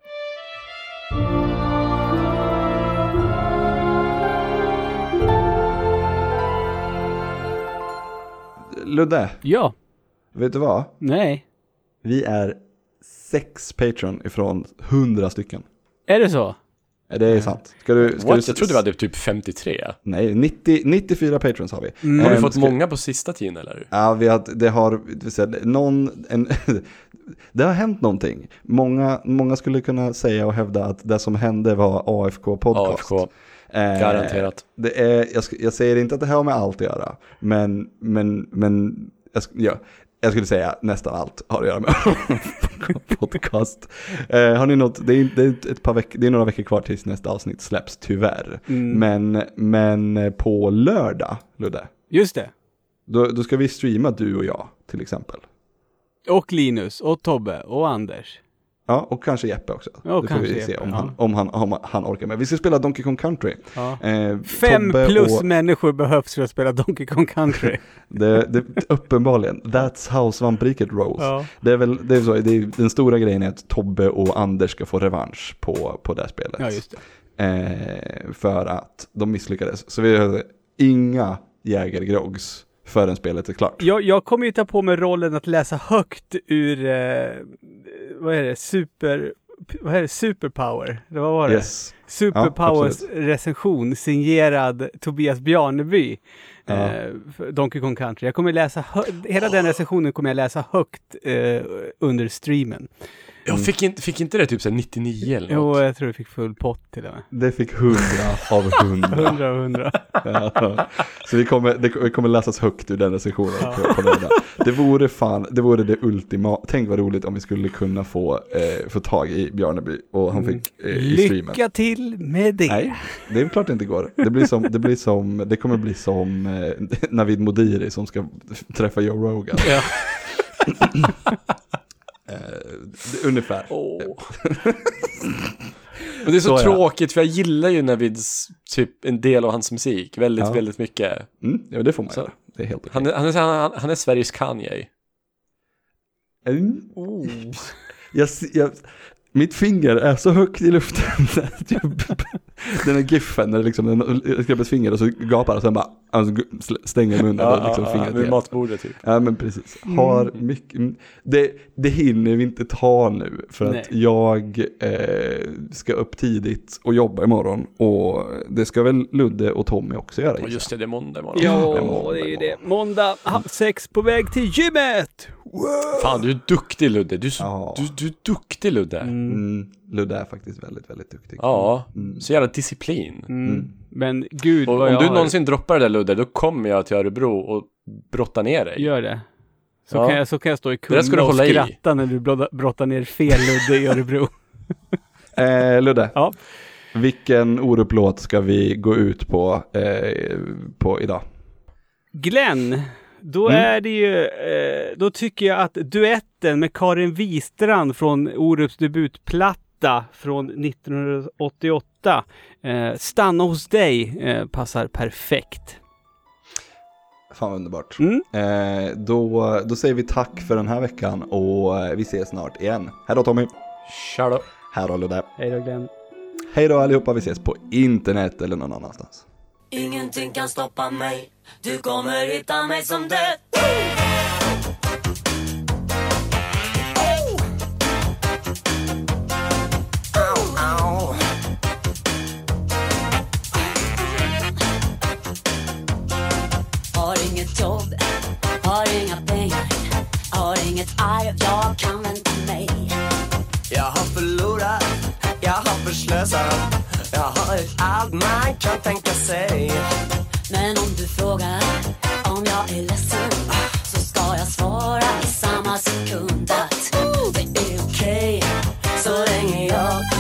Ludde. Ja. Vet du vad? Nej. Vi är 6 Patreon ifrån 100 stycken. Är det så? Det är sant. Ska du jag trodde vi hade typ 53. Nej, 94 Patrons har vi. Har vi fått många på sista tiden eller? Ja, det har hänt någonting. Många skulle kunna säga och hävda att det som hände var AFK podcast. AFK. Garanterat. Jag säger inte att det här har med allt att göra, men jag skulle säga nästan allt har att göra med podcast. Har ni något? Det är ett par veckor, det är några veckor kvar tills nästa avsnitt släpps, tyvärr. Men på lördag, Ludde. Just det. Då ska vi streama du och jag till exempel. Och Linus och Tobbe och Anders. Ja, och kanske Jeppe också. Ja, det får vi se om han orkar med. Vi ska spela Donkey Kong Country. Ja. 5 plus människor behövs för att spela Donkey Kong Country. det uppenbarligen. That's how svampriket rolls. Ja. Det är den stora grejen är att Tobbe och Anders ska få revansch på det här spelet. Ja, just det. För att de misslyckades. Så vi har inga jägergrogs förrän spelet är klart. Jag kommer ju ta på mig rollen att läsa högt ur Superpower. Vad var det? Yes. Superpowers recension signerad Tobias Bjarneby. Donkey Kong Country. Jag kommer läsa hela den recensionen kommer jag läsa högt under streamen. Mm. Jag fick inte det typ så 99 eller något? Jo, jag tror det fick full pott till och med. Det fick 100 av 100. 100 av 100. Ja. Så det kommer läsas högt ur den recensionen på den där. Det vore det ultima. Tänk vad roligt om vi skulle kunna få tag i Bjarneby och han fick i streamen. Lycka till med det. Nej, det är klart det inte går. Det kommer bli som Navid Modiri som ska träffa Joe Rogan. Ja. Ungefär. Och det är så tråkigt för jag gillar ju Navids typ en del av hans musik väldigt mycket. Ja, det får man göra. Det är helt okej. Han är Sveriges Kanye. Mitt finger är så högt i luften. Den är giffen när liksom jag skräpper ett finger och så gapar och sen bara stänger munnen och liksom fingret vid matbordet typ. Ja, men precis. Har mycket det hinner vi inte ta nu för att jag ska upp tidigt och jobba imorgon och det ska väl Ludde och Tommy också göra. Och just det är måndag imorgon. Ja, det är ju det. Måndag 6 på väg till gymmet. Wow. Fan, du är duktig Ludde. Du är duktig Ludde. Ludde är faktiskt väldigt, väldigt duktig. Ja, så jävla disciplin. Men gud, och om du någonsin droppar det där Ludde, då kommer jag till Örebro och brotta ner dig. Gör det. Så kan jag stå i Kumla och skratta när du brottar ner fel Ludde i Örebro. Ludde. Ja. Vilken Orup-låt ska vi gå ut på idag? Glenn. Då är det ju, då tycker jag att duetten med Karin Wistrand från Orups debutplatta från 1988, Stanna hos dig, passar perfekt. Fan vad underbart. Då säger vi tack för den här veckan och vi ses snart igen. Hej då Tommy. Tja då. Hej då Ludde. Hej då Glenn. Hej då allihopa, vi ses på internet eller någon annanstans. Ingenting kan stoppa mig. Du kommer hitta mig som död. Har inget jobb, har inga pengar, har inget arv, jag kan vänta mig. Jag har förlorat, jag har förslösat, jag har allt man kan tänka sig. Men om du frågar om jag är ledsen, så ska jag svara i samma sekund att det är okej, så länge jag